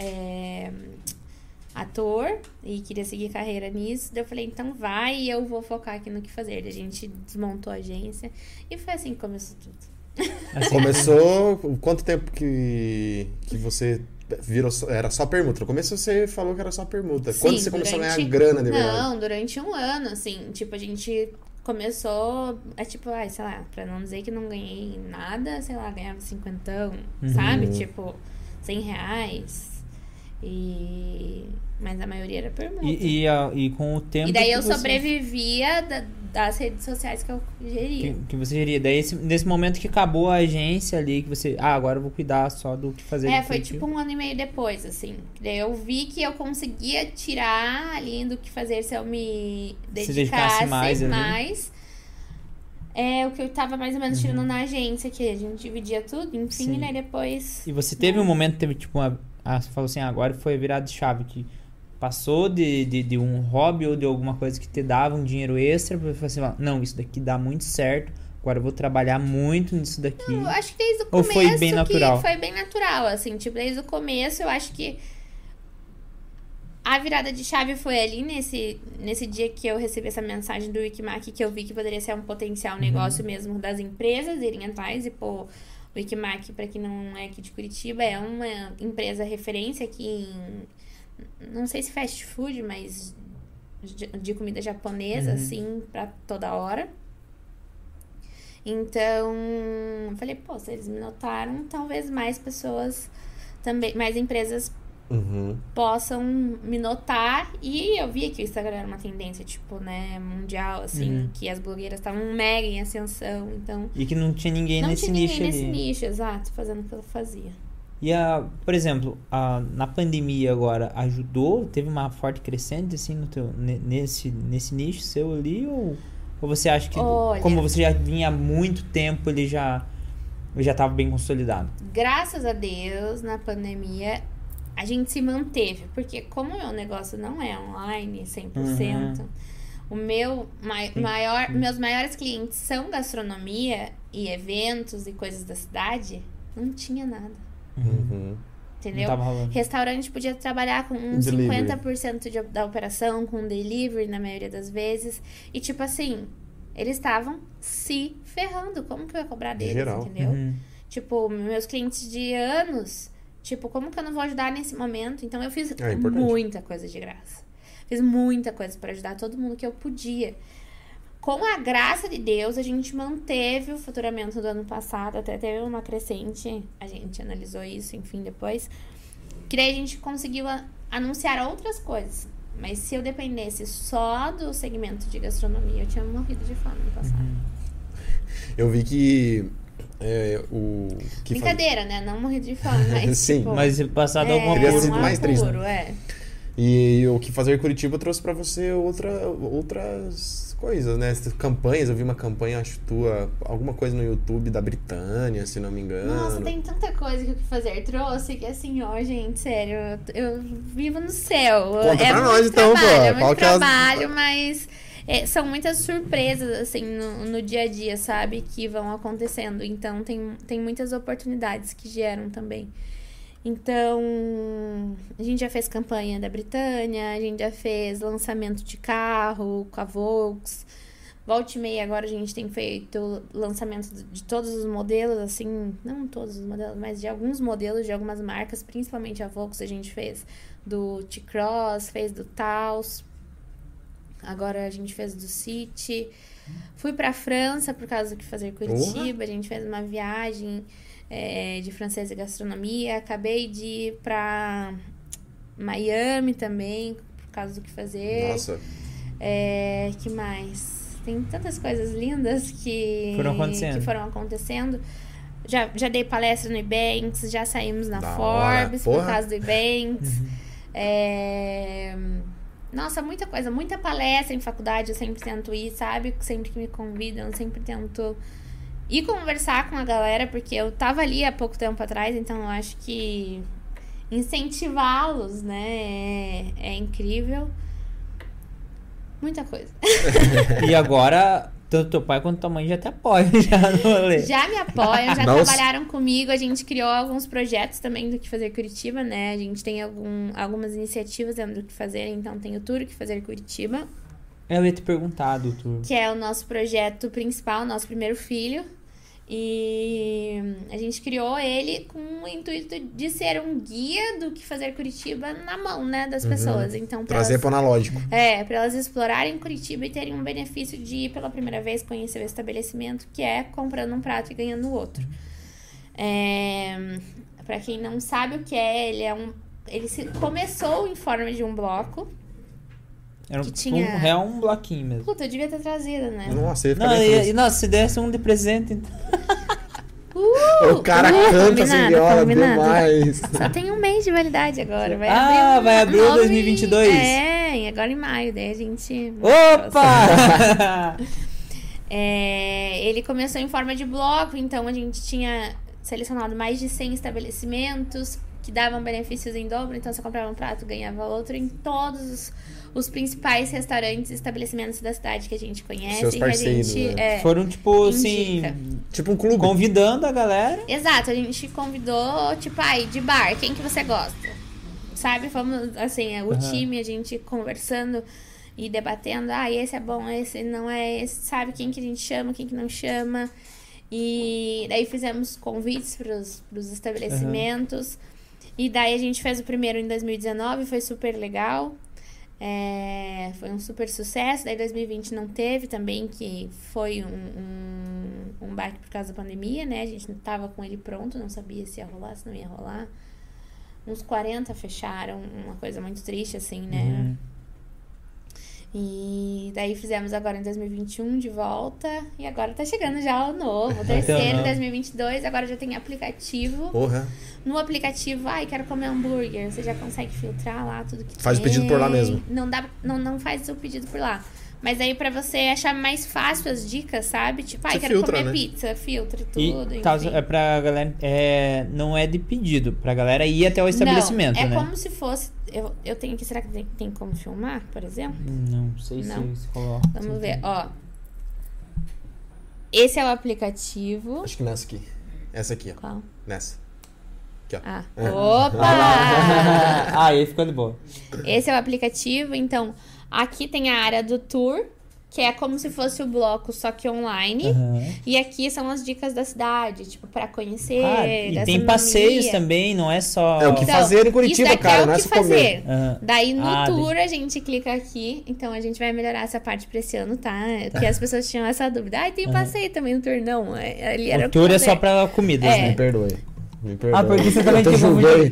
ator e queria seguir carreira nisso. Daí eu falei, então vai e eu vou focar aqui no que fazer. Daí a gente desmontou a agência e foi assim que começou tudo. Assim, Começou... Quanto tempo que você virou... Era só permuta. No começo você falou que era só permuta. Quando Sim, você começou a durante- ganhar grana de verdade? Não, durante um ano, assim. Tipo, a gente começou... tipo, sei lá, pra não dizer que não ganhei nada, sei lá, ganhava 50, sabe? Tipo, R$100. Mas a maioria era permuta. e com o tempo. E daí eu que você- sobrevivia das redes sociais que eu geria. Que você geria. Daí, nesse momento que acabou a agência ali, que você. Agora eu vou cuidar só do que fazer. de Foi criativo. tipo 1 ano e meio depois, assim. Daí eu vi que eu conseguia tirar ali do que fazer se eu me Se dedicasse dedicasse mais ali. mais. É o que eu tava mais ou menos tirando na agência, que a gente dividia tudo, enfim, Sim. e daí depois. E você teve um momento, teve tipo você falou assim, agora foi a virada de chave, que passou de um hobby ou de alguma coisa que te dava um dinheiro extra, pra você falar assim, não, isso daqui dá muito certo, agora eu vou trabalhar muito nisso daqui. Eu acho que desde o Ou começo foi bem natural? que foi bem natural, assim, tipo, desde o começo eu acho que a virada de chave foi ali nesse dia que eu recebi essa mensagem do Wikimaki, que eu vi que poderia ser um potencial negócio mesmo das empresas irem atrás. E, pô, o Wikimaki, pra quem não é aqui de Curitiba, é uma empresa referência aqui em... Não sei se fast food, mas de comida japonesa, assim, pra toda hora. Então, eu falei, pô, se eles me notaram, talvez mais pessoas também, mais empresas possam me notar. E eu via que o Instagram era uma tendência, tipo, né, mundial, assim, que as blogueiras estavam mega em ascensão, então... E que não tinha ninguém Não nesse tinha nicho ninguém ali. nesse nicho, exato, fazendo o que eu fazia. E, por exemplo, na pandemia agora, ajudou? Teve uma forte crescente, assim, nesse nicho seu ali? Ou você acha que, Olha, como você já vinha há muito tempo, ele já estava bem consolidado? graças a Deus, na pandemia, a gente se manteve. Porque como o meu negócio não é online 100%, o meus maiores clientes são gastronomia e eventos e coisas da cidade, não tinha nada. Não Entendeu? tava rolando. Restaurante podia trabalhar com uns Delivery. 50% da operação, com delivery na maioria das vezes. E tipo assim, eles estavam se ferrando. Como que eu ia cobrar deles, Geral. entendeu? Tipo, meus clientes de anos, tipo, como que eu não vou ajudar nesse momento? Então eu fiz importante. muita coisa de graça. Fiz muita coisa pra ajudar todo mundo que eu podia. Com a graça de Deus, a gente manteve o faturamento do ano passado, até teve uma crescente, a gente analisou isso, enfim, depois. Que daí a gente conseguiu anunciar outras coisas. Mas se eu dependesse só do segmento de gastronomia, eu tinha morrido de fome no passado. Eu vi que... Brincadeira, né? Não morrido de fome, mas Sim. tipo... Mas passado alguma Teria coisa. sido mais triste. apuro, E o que fazer Curitiba trouxe pra você outras coisas, né? Campanhas, eu vi uma campanha, acho tua, alguma coisa no YouTube da Britânia, se não me engano. Nossa, tem tanta coisa que o que fazer trouxe que assim, ó, gente, sério, eu vivo no céu. Conta pra muito nós, então, pô. trabalho, é Qual muito que é as- trabalho, mas são muitas surpresas, assim, no dia a dia, sabe? Que vão acontecendo. Então, tem muitas oportunidades que geram também. Então, a gente já fez campanha da Britânia, a gente já fez lançamento de carro com a Volks. Volta e meia agora a gente tem feito lançamento de todos os modelos, assim, não todos os modelos, mas de alguns modelos de algumas marcas, principalmente a Volks a gente fez do T-Cross, fez do Taos, agora a gente fez do City. Fui pra França por causa do que fazer Curitiba, a gente fez uma viagem de francês e gastronomia, acabei de ir pra Miami também por causa do que fazer. Nossa. Que mais? Tem tantas coisas lindas que foram acontecendo. Já dei palestra no Ebanks, já saímos na Da hora. Forbes Porra. por causa do Ebanks. Nossa, muita coisa, muita palestra em faculdade, eu sempre tento ir, sabe? Sempre que me convidam, eu sempre tento ir conversar com a galera, porque eu tava ali há pouco tempo atrás, então eu acho que incentivá-los, né, é incrível. Muita coisa. E agora, tanto teu pai quanto tua mãe já te apoiam já no rolê. Já me apoiam, já Nossa. trabalharam comigo. A gente criou alguns projetos também do Que Fazer Curitiba, né? A gente tem algumas iniciativas dentro do Que Fazer. Então, tem o Tour Que Fazer Curitiba, Eu ia te perguntar, doutor. que é o nosso projeto principal, nosso primeiro filho. E A gente criou ele com o intuito de ser um guia do que fazer Curitiba na mão, né, das pessoas. Então, Trazer pro analógico. pra elas explorarem Curitiba e terem um benefício de ir pela primeira vez conhecer o estabelecimento, que é comprando um prato e ganhando outro. Pra quem não sabe o que é, ele começou em forma de um bloco. Era que tinha... É um bloquinho mesmo. Puta, eu devia ter trazido, né? Nossa, ia ficar Não, bem feliz. nossa, se desse um de presente, então... O cara canta assim, viola demais. Só tem um mês de validade agora. Vai abrir o 2022. Agora em maio, daí a gente... Opa! Ele começou em forma de bloco, então a gente tinha selecionado mais de 100 estabelecimentos que davam benefícios em dobro. Então você comprava um prato, ganhava outro em todos os principais restaurantes e estabelecimentos da cidade que a gente conhece. Seus parceiros, que a gente, né? Foram, tipo, indica. assim... Tipo um clube. Convidando a galera. Exato, a gente convidou, tipo, de bar, quem que você gosta? Sabe? Fomos, assim, o time, a gente conversando e debatendo. Esse é bom, esse não é, esse sabe quem que a gente chama, quem que não chama. E daí fizemos convites pros estabelecimentos. E daí a gente fez o primeiro em 2019, foi super legal. Foi um super sucesso. Daí 2020 não teve também, que foi um baque por causa da pandemia, né? A gente não tava com ele pronto, não sabia se ia rolar, se não ia rolar. Uns 40 fecharam, uma coisa muito triste, assim, né? E daí fizemos agora em 2021 de volta. E agora tá chegando já o novo, o terceiro em 2022. Agora já tem aplicativo. Porra. No aplicativo, quero comer hambúrguer. Você já consegue filtrar lá tudo que Faz o pedido por lá mesmo. Não faz o pedido por lá. Mas aí pra você achar mais fácil as dicas, sabe? Tipo, Você quero filtra, comer né? pizza, filtra tudo, E enfim. é pra galera... não é de pedido, pra galera ir até o estabelecimento, não, né? como se fosse... Eu tenho aqui, será que tem como filmar, por exemplo? Não sei Não. se coloca. Vamos ver, ó. Esse é o aplicativo. Acho que nessa aqui. Essa aqui, ó. Qual? Nessa. Aqui, ó. Opa! Aí ficou de boa. Esse é o aplicativo, então... Aqui tem a área do tour, que é como se fosse o bloco, só que online. E aqui são as dicas da cidade, tipo, pra conhecer. E tem passeios também, não é só... É o que fazer em Curitiba, isso daqui cara, é não o é que só comer. fazer. Daí no tour a gente clica aqui, então a gente vai melhorar essa parte pra esse ano, tá? Porque as pessoas tinham essa dúvida. Tem passeio também no tour, não. Ali era o tour é só pra comidas, né? Me perdoe. Porque você também eu tinha julguei.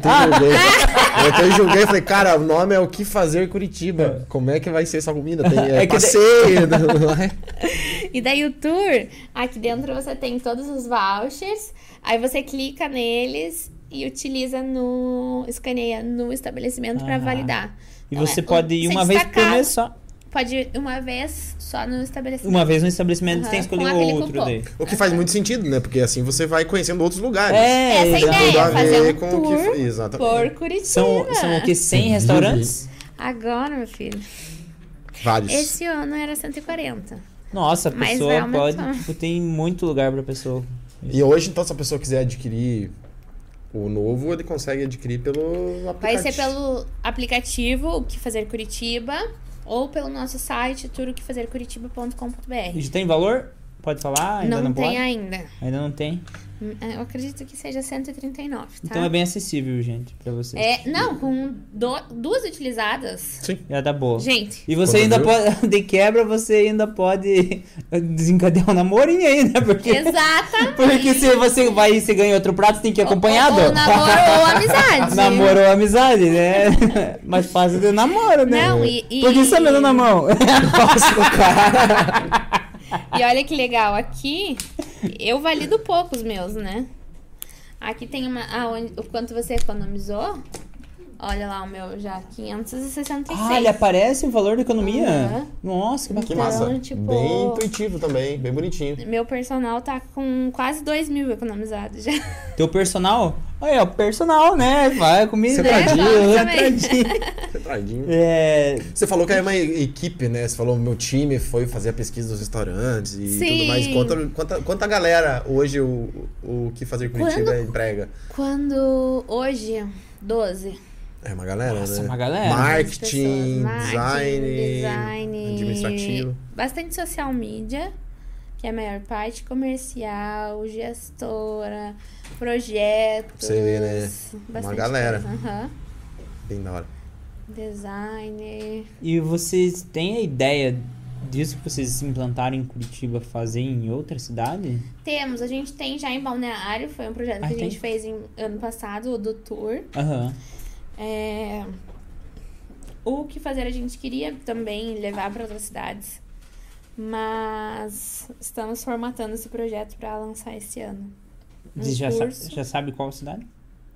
Eu julguei e falei, cara, o nome é O Que Fazer Curitiba. Como é que vai ser essa comida? Tem passeio, não é? E daí o tour, aqui dentro você tem todos os vouchers, aí você clica neles e escaneia no estabelecimento pra validar. E Então, você pode ir uma vez por mês só. Pode ir uma vez só no estabelecimento. Uma vez no estabelecimento, tem que escolher outro daí. O que faz muito sentido, né? Porque assim você vai conhecendo outros lugares. Essa ideia, a fazer ver um com tour o que... Exatamente. por Curitiba. São o que? 100 restaurantes? Agora, meu filho. Vários. Esse ano era 140. Nossa, a Mas pessoa vai pode... aumentar. Tipo, tem muito lugar pra pessoa. E hoje, então, se a pessoa quiser adquirir o novo, ele consegue adquirir pelo aplicativo. Vai ser pelo aplicativo O Que Fazer Curitiba ou pelo nosso site turoquefazercuritiba.com.br. Já tem valor? Pode falar? Ainda não tem pode? ainda. Ainda não tem? Eu acredito que seja 139, tá? Então é bem acessível, gente, pra vocês. Não, com duas utilizadas. Sim. Já dá boa. Gente. E você ainda pode, de quebra, você ainda pode desencadear um namorinho aí, né? Porque, Exatamente. porque se você vai e você ganha outro prato, você tem que ir acompanhado. Ou namoro ou amizade. Namoro ou amizade, né? Mais fácil de namoro, né? Não, Por que você tá na mão? Nossa, cara. E olha que legal, aqui eu valido pouco os meus, né? Aqui tem o quanto você economizou. Olha lá o meu já, 566. Ele aparece o valor da economia? Uhum. Nossa, que Que bacana. massa. tipo, Bem intuitivo também, bem bonitinho. Meu personal tá com quase 2.000 economizados já. Teu personal? Olha, o personal, né? Vai comida. Centradinho. É... Você falou que é uma equipe, né? Você falou meu time foi fazer a pesquisa dos restaurantes e Sim. tudo mais. Quanta galera hoje o Que Fazer Curitiba emprega? Hoje, 12. É uma galera, Nossa, né? uma galera. Marketing, Marketing, design, administrativo. bastante social media, que é a maior parte comercial, gestora, projetos. Você vê, né? Uma galera. Aham. Bem da hora. Designer. E vocês têm a ideia disso que vocês implantaram em Curitiba fazer em outra cidade? Temos, a gente tem já em Balneário, foi um projeto que a gente fez ano passado, o do Tour. Aham. O que fazer a gente queria também levar para outras cidades, mas estamos formatando esse projeto para lançar esse ano. Você já sabe qual cidade?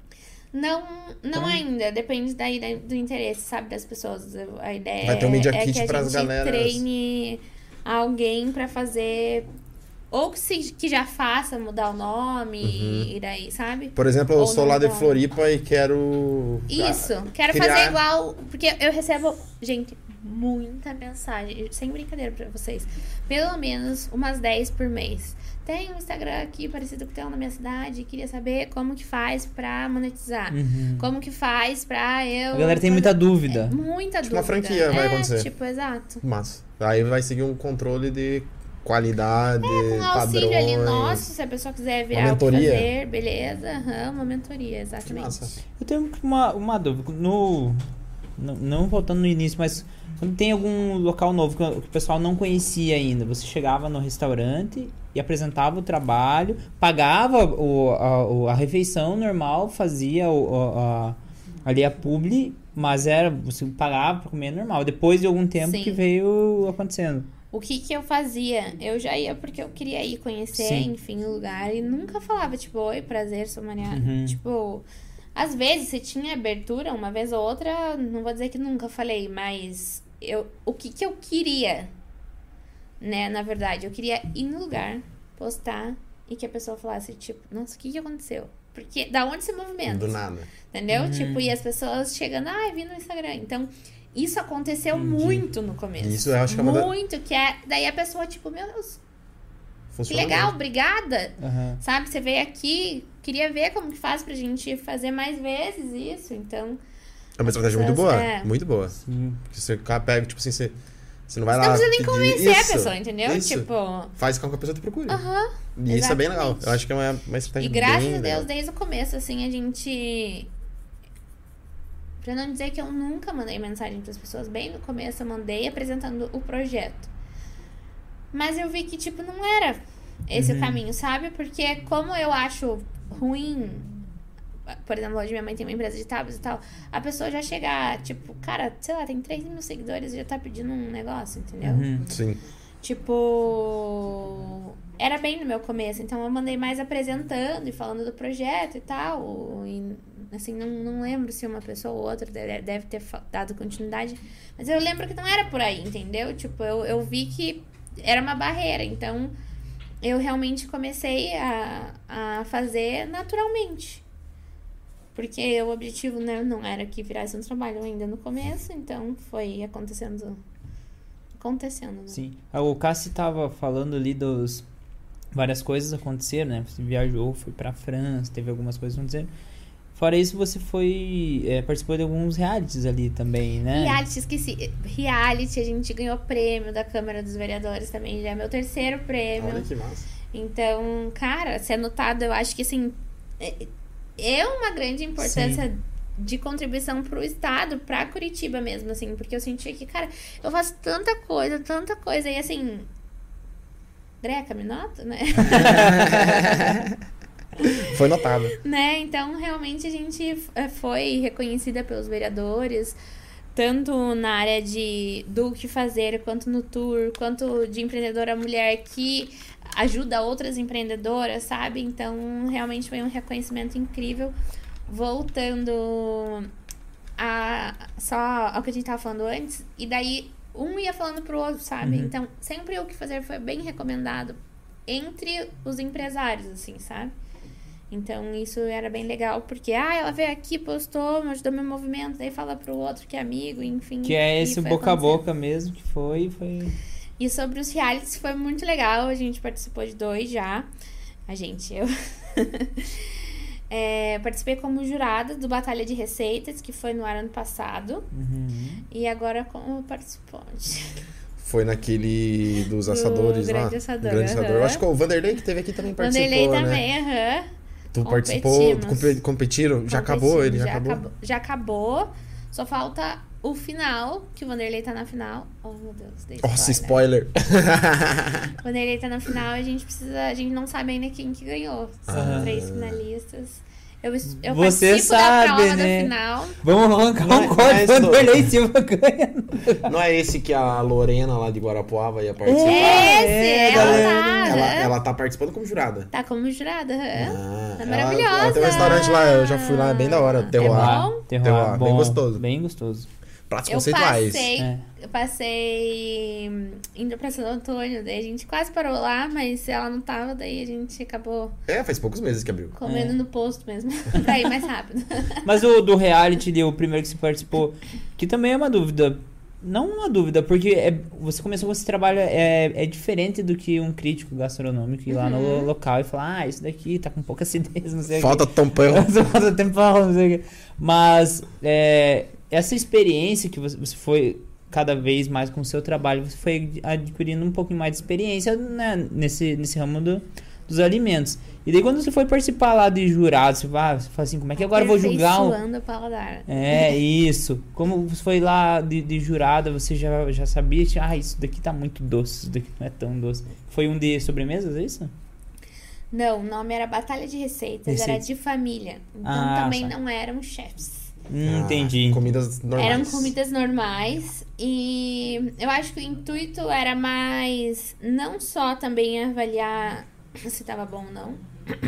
Não ainda, depende do interesse, sabe, das pessoas. A ideia Vai ter um Media é Kit que a pras gente galeras. treine alguém para fazer, ou que já faça, mudar o nome e daí, sabe? Por exemplo, eu Ou sou não lá de igual. Floripa e quero... Isso, quero criar- fazer igual, porque eu recebo, gente, muita mensagem, sem brincadeira pra vocês, pelo menos umas 10 por mês. Tem um Instagram aqui parecido com o teu na minha cidade, queria saber como que faz pra monetizar, como que faz pra eu... A galera tem muita dúvida. Muita Tipo dúvida. uma franquia vai acontecer. Tipo, exato. Massa. Aí vai seguir um controle de qualidade, Com auxílio padrões. ali nosso, se a pessoa quiser virar Uma o que mentoria? fazer, beleza. Uma mentoria, Que exatamente. massa. Eu tenho uma dúvida. Não voltando no início, mas quando tem algum local novo que o pessoal não conhecia ainda, você chegava no restaurante e apresentava o trabalho, pagava a refeição normal, fazia ali a publi, mas você pagava pra comer normal. Depois de algum tempo Sim. que veio acontecendo. O que eu fazia? Eu já ia porque eu queria ir conhecer, Sim. enfim, o lugar. E nunca falava, tipo, oi, prazer, sou Mariana. Uhum. Tipo, às vezes, se tinha abertura, uma vez ou outra, não vou dizer que nunca falei, mas o que eu queria, né, na verdade, eu queria ir no lugar, postar e que a pessoa falasse, tipo, nossa, o que aconteceu? Porque, da onde esse movimento? Do nada. Entendeu? Tipo, e as pessoas chegando, vi no Instagram. Então, isso aconteceu muito no começo. Isso eu acho que é uma da- Muito, daí a pessoa, tipo, meu Deus, que Funciona legal, mesmo. obrigada. Aham. Sabe, você veio aqui, queria ver como que faz pra gente fazer mais vezes isso. Então, É uma estratégia muito pessoas- boa. Muito boa. Sim. Porque você pega, tipo assim, você não vai não lá precisa nem pedir- convencer Isso, a pessoa, entendeu? isso. Tipo, Faz com que a pessoa te procure. aham. E isso é bem legal. exatamente. Eu acho que é uma estratégia E graças bem a Deus, legal. desde o começo, assim, a gente... Pra não dizer que eu nunca mandei mensagem pras pessoas, bem no começo eu mandei apresentando o projeto. Mas eu vi que, tipo, não era esse o caminho, sabe? Porque como eu acho ruim... Por exemplo, hoje minha mãe tem uma empresa de tábuas e tal. A pessoa já chega, tipo, cara, sei lá, tem 3 mil seguidores e já tá pedindo um negócio, entendeu? Uhum. Sim. Tipo, era bem no meu começo, então eu mandei mais apresentando e falando do projeto e tal. E, assim, não lembro se uma pessoa ou outra deve ter dado continuidade, mas eu lembro que não era por aí, entendeu? Tipo, eu vi que era uma barreira, então eu realmente comecei a fazer naturalmente. Porque o objetivo, né, não era que virasse um trabalho ainda no começo, então foi acontecendo, né? Sim. O Cassi tava falando ali dos... Várias coisas aconteceram, né? Você viajou, foi pra França, teve algumas coisas acontecendo. Fora isso, você participou de alguns realities ali também, né? Reality, esqueci. Reality, a gente ganhou prêmio da Câmara dos Vereadores também, já é meu 3º prêmio. Olha que massa. Então, cara, ser notado, eu acho que, assim, é uma grande importância de contribuição pro estado, pra Curitiba mesmo, assim, porque eu senti que, cara, eu faço tanta coisa, e assim, Greca, me nota, né? Foi notado. Né? Então, realmente, a gente foi reconhecida pelos vereadores, tanto na área do que fazer, quanto no tour, quanto de empreendedora mulher que ajuda outras empreendedoras, sabe? Então, realmente foi um reconhecimento incrível. Voltando só ao que a gente tava falando antes, e daí um ia falando pro outro, sabe? Então, sempre o que fazer foi bem recomendado entre os empresários, assim, sabe? Então, isso era bem legal, porque, ela veio aqui, postou, me ajudou meu movimento, daí fala pro outro que é amigo, enfim. Que é esse e foi boca a acontecendo. boca mesmo, que foi... E sobre os realities, foi muito legal, a gente participou de 2 já. Eu... participei como jurada do Batalha de Receitas, que foi no ano passado. Uhum. E agora como participante. Foi naquele dos assadores lá. Grande Assador, Grande Assador. Eu acho que o Vanderlei que teve aqui também participou, Vanderlei né? também, aham. Tu participou, competiram? Já acabou? Ele já acabou? Já acabou. Só falta o final, que o Vanderlei tá na final. Oh, meu Deus. Nossa, spoiler. O Vanderlei tá na final e a gente não sabe ainda quem que ganhou. São 3 finalistas. Eu Você participo da sabe, prova né? da final. Vamos arrancar Não um é corte isso. quando o Vanderlei Silva ganha. Não é esse que a Lorena lá de Guarapuava ia participar? Esse, galera. Ela tá participando como jurada. Tá como jurada. Ah, É maravilhosa. Ela tem um restaurante lá, eu já fui lá, é bem da hora. Terroir. bom? Terroir, bem gostoso. Bem gostoso. Pratos Eu conceituais. passei indo pra Santo Antônio, daí a gente quase parou lá, mas ela não tava, daí a gente acabou Faz poucos meses que abriu. comendo no posto mesmo, pra ir mais rápido. Mas o do reality, o primeiro que você participou, que também é uma dúvida. Não uma dúvida, porque você começou com esse trabalho, é diferente do que um crítico gastronômico ir lá no local e falar, isso daqui tá com pouca acidez, não sei o Falta quê. tampão. Falta tempão, não sei o quê. Mas essa experiência que você foi cada vez mais com o seu trabalho, você foi adquirindo um pouquinho mais de experiência, né, nesse ramo dos alimentos. E daí quando você foi participar lá de jurado, você fala assim, como é que agora eu vou julgar Aperfeiçoando o paladar. isso. Como você foi lá de jurada, você já sabia, isso daqui tá muito doce, isso daqui não é tão doce. Foi um de sobremesas, é isso? Não, o nome era Batalha de Receitas, era de família. Então também não eram chefs. Entendi. Comidas normais. Eram comidas normais e eu acho que o intuito era mais não só também avaliar se tava bom ou não,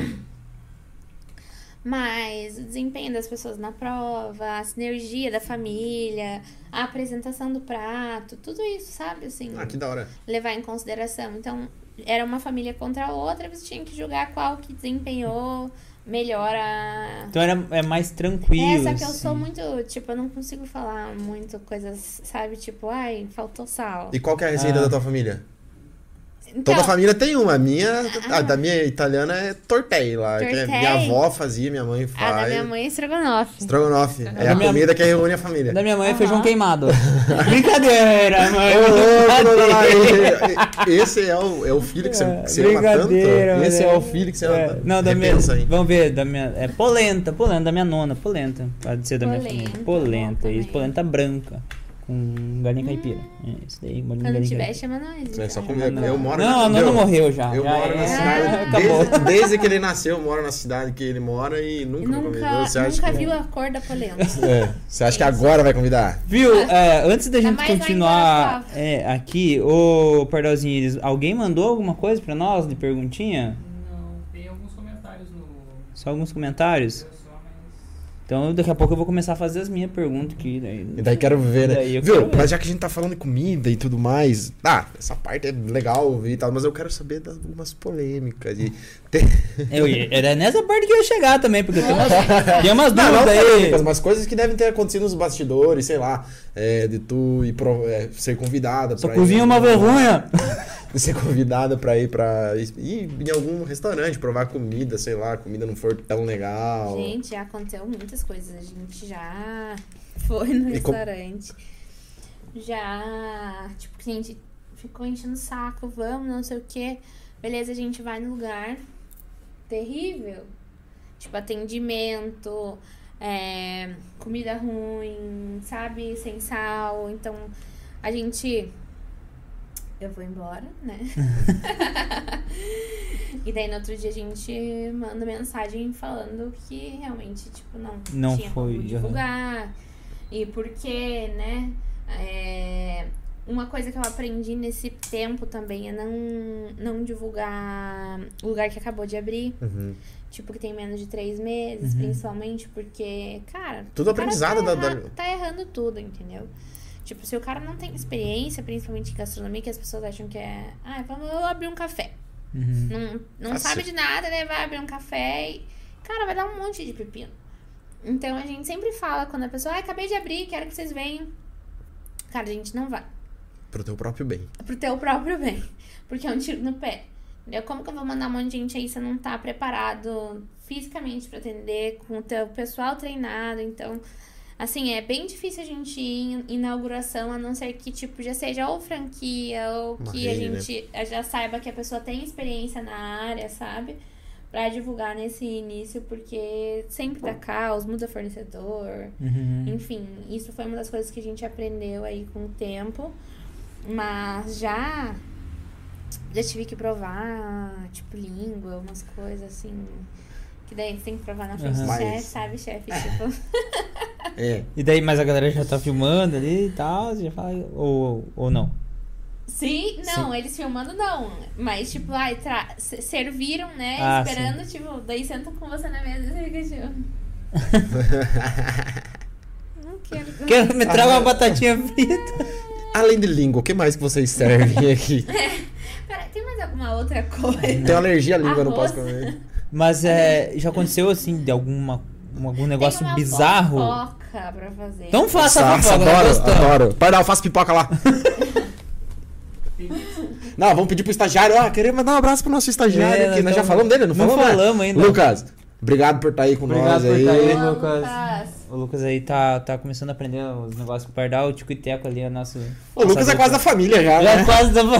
mas o desempenho das pessoas na prova, a sinergia da família, a apresentação do prato, tudo isso, sabe? Assim, que da hora. levar em consideração. Então, era uma família contra a outra, você tinha que julgar qual que desempenhou melhor a... Então é mais tranquilo. Só que eu assim. sou muito, eu não consigo falar muito coisas, sabe? Faltou sal. E qual que é a receita da tua família? Então, Toda família tem uma. A da minha italiana é tortelli lá. Que minha avó fazia, minha mãe faz. a da minha mãe é estrogonofe. Estrogonofe. É a comida que reúne a família. Da minha mãe é feijão queimado. Brincadeira, mãe. Esse é o filho que você ama tanto? Esse é o filho que você ama tanto? Não, da minha... Vamos ver, da minha... É polenta, da minha nona, polenta. Pode ser da minha família. Polenta, isso, polenta branca. Com galinha caipira. Isso daí, Quando galinha tiver, caipira. chama nós. É só então. comer. Eu moro Não, a nona morreu já. Eu moro na cidade. Acabou. Desde que ele nasceu, eu moro na cidade que ele mora e nunca convidou. Você acha Nunca que... viu a cor da polenta. Você acha que agora vai convidar? Viu? Antes da gente mais lá em continuar Guarapuava. aqui, Pardalzinho, alguém mandou alguma coisa pra nós de perguntinha? Não, tem alguns comentários no... Só alguns comentários? Então daqui a pouco eu vou começar a fazer as minhas perguntas aqui. E daí quero ver, né? Daí eu Viu? quero ver. Mas já que a gente tá falando de comida e tudo mais, essa parte é legal ouvir e tal, mas eu quero saber de algumas polêmicas. Era nessa parte que eu ia chegar também, porque tem umas Não dúvidas aí. polêmicas, mas coisas que devem ter acontecido nos bastidores, sei lá, de tu ir ser convidada Só pra cozinha ir, uma vergonha. de ser convidada pra ir em algum restaurante, provar comida, sei lá, a comida não for tão legal. Gente, já aconteceu muitas coisas. A gente já foi no restaurante. Já, o cliente ficou enchendo o saco, vamos, não sei o quê. Beleza, a gente vai no lugar. Terrível. Atendimento, comida ruim, sabe? Sem sal. Então, a gente... Eu vou embora, né? E daí no outro dia a gente manda mensagem falando que realmente, não tinha foi, como divulgar. E porque, né? Uma coisa que eu aprendi nesse tempo também é não divulgar o lugar que acabou de abrir. Uhum. Que tem menos de 3 meses, principalmente porque, cara... Tudo aprendizado tá errando tudo, entendeu? Se o cara não tem experiência, principalmente em gastronomia, que as pessoas acham que vamos abrir um café. Uhum. Não sabe de nada, né? Vai abrir um café e... Cara, vai dar um monte de pepino. Então, a gente sempre fala, quando a pessoa... acabei de abrir, quero que vocês venham. Cara, a gente não vai. Pro teu próprio bem. Pro teu próprio bem. Porque é um tiro no pé. Entendeu? Como que eu vou mandar um monte de gente aí se você não tá preparado fisicamente pra atender, com o teu pessoal treinado? Então... Assim, é bem difícil a gente ir em inauguração, a não ser que, tipo, já seja ou franquia, ou Uma que rede, a gente já saiba que a pessoa tem experiência na área, sabe? Pra divulgar nesse início, porque sempre dá caos, muda fornecedor. Enfim, isso foi uma das coisas que a gente aprendeu aí com o tempo. Mas já tive que provar, tipo, língua, umas coisas assim. Que daí você tem que provar na frente do Mas- chefe, sabe, chefe? Tipo. É. E daí, mas a galera já tá filmando ali e tal, você já fala, ou não? Sim, não, eles filmando não. Mas, tipo, ai, serviram, né? Ah, esperando, tipo, daí sentam com você na mesa e você fica tipo. Não quero. Quero me traga uma batatinha frita. Além de língua, o que mais que vocês servem aqui? Pera, tem mais alguma outra coisa? Tenho alergia à língua, não Arroz. posso comer. Mas já aconteceu assim, de algum negócio Tem uma bizarro? fofoca pra fazer. Então faça a Nossa, fofoca, nós adoro, gostamos. adoro. Pardal, faço pipoca lá. Não, vamos pedir pro estagiário. Queremos mandar um abraço pro nosso estagiário aqui. Nós já falamos dele, não Não falamos? falamos ainda. Lucas, obrigado por estar aí com Obrigado nós por aí. estar aí. Ô, Lucas. O Lucas aí tá começando a aprender os negócios com o Pardal, o Tico e Teco ali, é nosso... O Lucas é quase da família já, Já né? é quase da...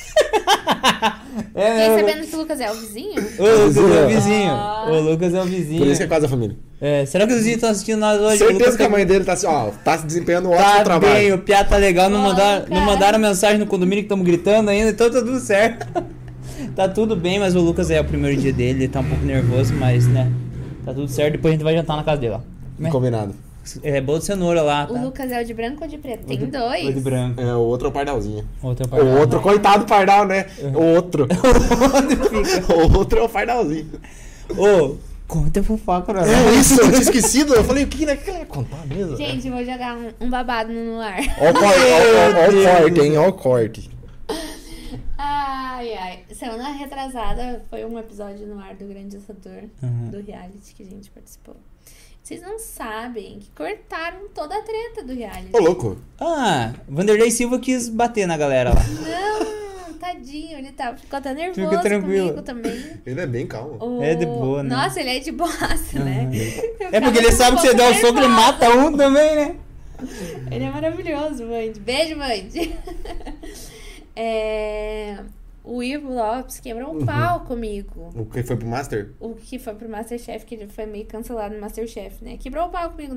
Fiquei sabendo que o Lucas é o vizinho? O Lucas é o vizinho. Ah. O Lucas é o vizinho. Por isso que é quase da família. Será que os vizinhos estão assistindo nós hoje? O Certeza Lucas que a mãe dele tá assim, tá se desempenhando um ótimo tá trabalho. bem, o Piá tá legal, não Ó, mandaram cara. mensagem no condomínio que estamos gritando ainda, então tá tudo certo. Tá tudo bem, mas o Lucas é o primeiro dia dele, ele tá um pouco nervoso, mas, né, tá tudo certo, depois a gente vai jantar na casa dele, ó. Combinado. É bolo de cenoura lá, tá? O Lucas é o de branco ou de preto? Tem O dois. de branco. É, o outro é o pardalzinho. Outro é O Pardal. outro, coitado do pardal, né? O outro. O outro é o pardalzinho. Ô, conta a fofoca, né? É isso, eu tinha esquecido. Eu falei, o que ele ia contar mesmo? Gente, eu vou jogar um babado no ar. Ó o corte, hein? Ó o corte. Ai, ai. Semana retrasada foi um episódio no ar do Grande Assador, do reality que a gente participou. Vocês não sabem que cortaram toda a treta do reality. Ô, louco. Vanderlei Silva quis bater na galera lá. Não, tadinho, ele ficou até nervoso Fica tranquilo. comigo também. Ele é bem calmo. É de boa, né? Nossa, ele é de boaça, né? É porque ele sabe que você dá o soco e mata um também, né? Ele é maravilhoso, Mandy. Beijo, Mandy. O Ivo Lopes quebrou um pau comigo. O que foi pro Master? O que foi pro Masterchef, que ele foi meio cancelado no Masterchef, né? Quebrou o pau comigo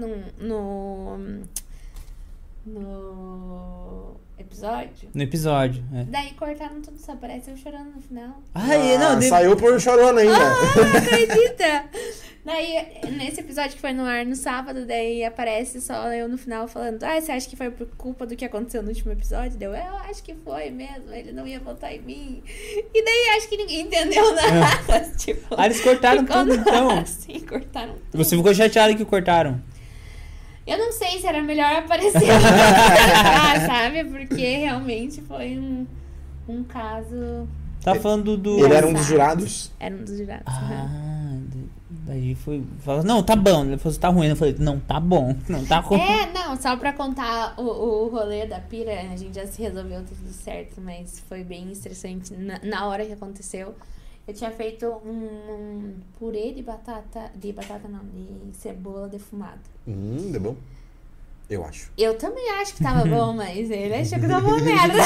no episódio. No episódio, Daí cortaram tudo, só aparece eu chorando no final. Saiu por chorona ainda. Não acredita? Daí, nesse episódio que foi no ar no sábado, daí aparece só eu no final falando: você acha que foi por culpa do que aconteceu no último episódio? Eu acho que foi mesmo, ele não ia votar em mim. E daí acho que ninguém entendeu nada. Tipo, eles cortaram ficou tudo, então. Sim, cortaram tudo. Você ficou chateado que cortaram. Eu não sei se era melhor aparecer sabe? Porque realmente foi um caso. Tá falando do... Ele era um dos jurados? Era um dos jurados. Daí foi... Falou, não, tá bom. Ele falou, tá ruim. Eu falei, não, tá bom. Não, tá ruim. Não, só pra contar o rolê da pira, a gente já se resolveu tudo certo, mas foi bem estressante na hora que aconteceu. Eu tinha feito um purê de batata de cebola defumada. Deu bom. Eu acho. Eu também acho que tava bom, mas ele achou que tava uma merda.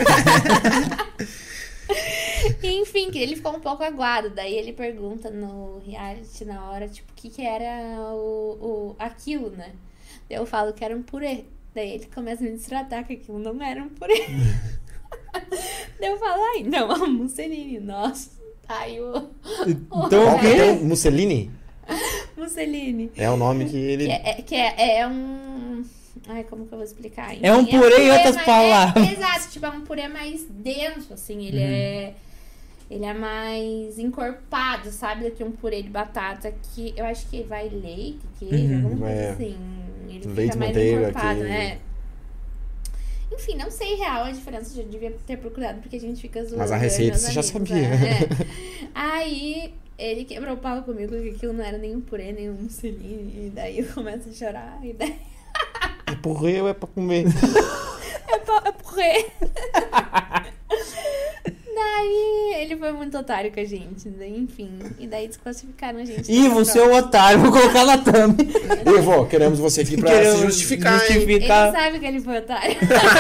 Enfim, que ele ficou um pouco aguado. Daí ele pergunta no reality na hora, tipo, o que era aquilo, né? Daí eu falo que era um purê. Daí ele começa a me destratar que aquilo não era um purê. Daí eu falo, não, a musseline, nossa. Aí Então o quê? Então, Mussolini musseline. é o nome que ele... Que é um... Ai, como que eu vou explicar? Enfim, É um purê em outras palavras. Exato, tipo, é um purê mais denso, assim. Ele é mais encorpado, sabe? Do que um purê de batata, que eu acho que vai leite, queijo, alguma coisa assim. Ele Leite, fica mais manteiga, encorpado, queijo. né? Enfim, não sei real a diferença, já devia ter procurado, porque a gente fica zoando. Mas a eu e receita meus você já amigos, sabia. né? Aí ele quebrou o pau comigo que aquilo não era nem um purê, nem um musseline. E daí eu começo a chorar. E daí... É purê ou é pra comer? É purê. Aí ele foi muito otário com a gente, daí, enfim. E daí desclassificaram a gente. Ivo, seu otário, vou colocar na thumb. Ivo, queremos você aqui pra se justificar, hein? Ele sabe que ele foi otário.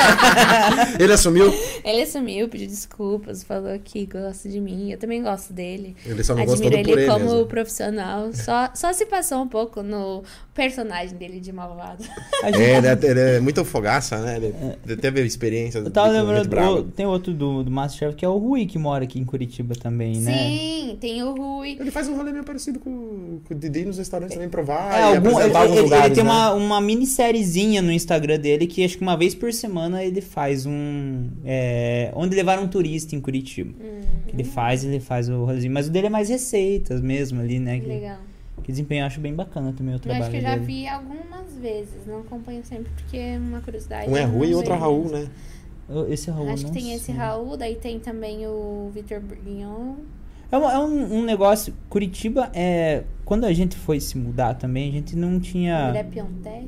Ele assumiu? Ele assumiu, pediu desculpas, falou que gosta de mim. Eu também gosto dele. Ele só não gostou Admiro do purê ele como mesmo. profissional. Só se passou um pouco no personagem dele de malvado. Ele é muito fogaça, né? Ele teve experiência. Eu tava muito lembrando, brava. tem outro do Masterchef que é o Rui, que mora aqui em Curitiba também, né? Sim, tem o Rui. Ele faz um rolê meio parecido com o Didi nos restaurantes também, provar É, e apresentar alguns ele lugares, tem né? uma minissériezinha no Instagram dele que acho que uma vez por semana ele faz onde levar um turista em Curitiba. Ele faz o rolezinho. Mas o dele é mais receitas mesmo ali, né? Legal. Que desempenho eu acho bem bacana também o Eu trabalho acho que eu já dele. vi algumas vezes. Não acompanho sempre porque é uma curiosidade. Um é eu não Rui e sei outro é Raul, mesmo. né? Esse Raul, Acho que não tem esse sei. Raul, daí tem também o Vitor Bourguignon. É um negócio. Curitiba é. Quando a gente foi se mudar também, a gente não tinha Ele é Piontec.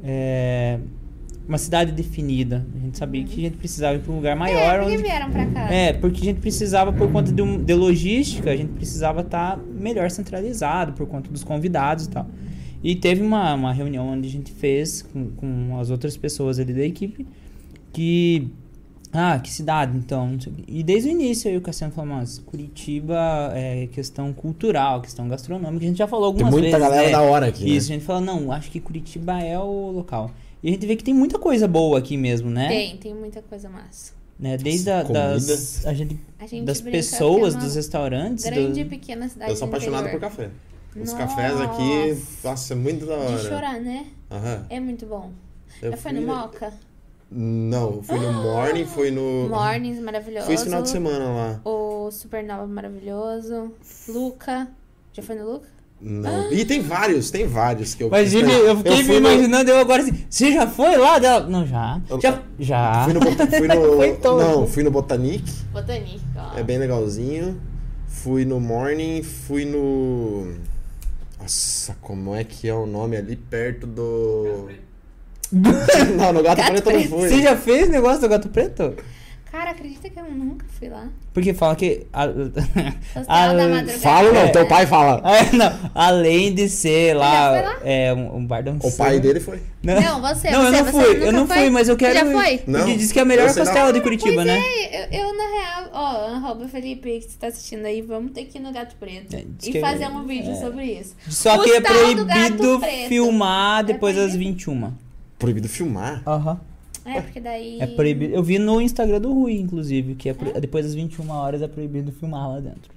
uma cidade definida. A gente sabia que a gente precisava ir para um lugar maior. Por que onde... vieram pra cá? porque a gente precisava, por conta de logística, a gente precisava estar melhor centralizado, por conta dos convidados e tal. E teve uma reunião onde a gente fez com as outras pessoas ali da equipe que cidade, então. Não sei o quê. E desde o início aí o Cassiano falou, mas Curitiba é questão cultural, questão gastronômica, a gente já falou algumas Tem muita vezes. galera né? da hora aqui, né? Isso, a gente fala, não, acho que Curitiba é o local. E a gente vê que tem muita coisa boa aqui mesmo, né? Tem muita coisa massa. Né? Desde das A gente das brinca pessoas, que é uma dos restaurantes. grande e pequena cidade Eu sou do apaixonado por interior. café. Os Nossa. cafés aqui, nossa, é muito da hora. De chorar, né? Aham. É muito bom. Eu Já foi no Moca? Não, fui no Morning, fui no... Mornings, maravilhoso. Fui esse final de semana lá. O Supernova, maravilhoso. Luca. Já foi no Luca? Não. E tem vários que eu... Imagina, eu fiquei me fui imaginando, eu agora assim, você já foi lá dela? Não, já. Já. Fui no Foi todo. Não, fui no Botanique. Botanique, ó. É bem legalzinho. Fui no Morning, fui no... Nossa, como é que é o nome ali perto do... Não, no Gato Preto eu não fui. Você já fez negócio do Gato Preto? Cara, acredita que eu nunca fui lá? Porque fala que... Hostel da Madrugada. Fala não, teu pai fala. não, além de ser lá... Já foi lá? Um bar dançante. O pai dele foi. Não, você. Não, eu não fui. nunca Eu não foi? fui, mas eu quero... Você já foi? Não. Porque diz que é a melhor Eu sei costela não. de Curitiba, Pois né? eu, na real, ó, arroba Felipe, que você tá assistindo aí, vamos ter que ir no Gato Preto Diz e que fazer um vídeo sobre isso. Só O que é tal do proibido Gato Preto. filmar depois É das proibido? 21. Proibido filmar? Aham. É, porque daí... É proibido. Eu vi no Instagram do Rui, inclusive, que depois das 21 horas é proibido filmar lá dentro.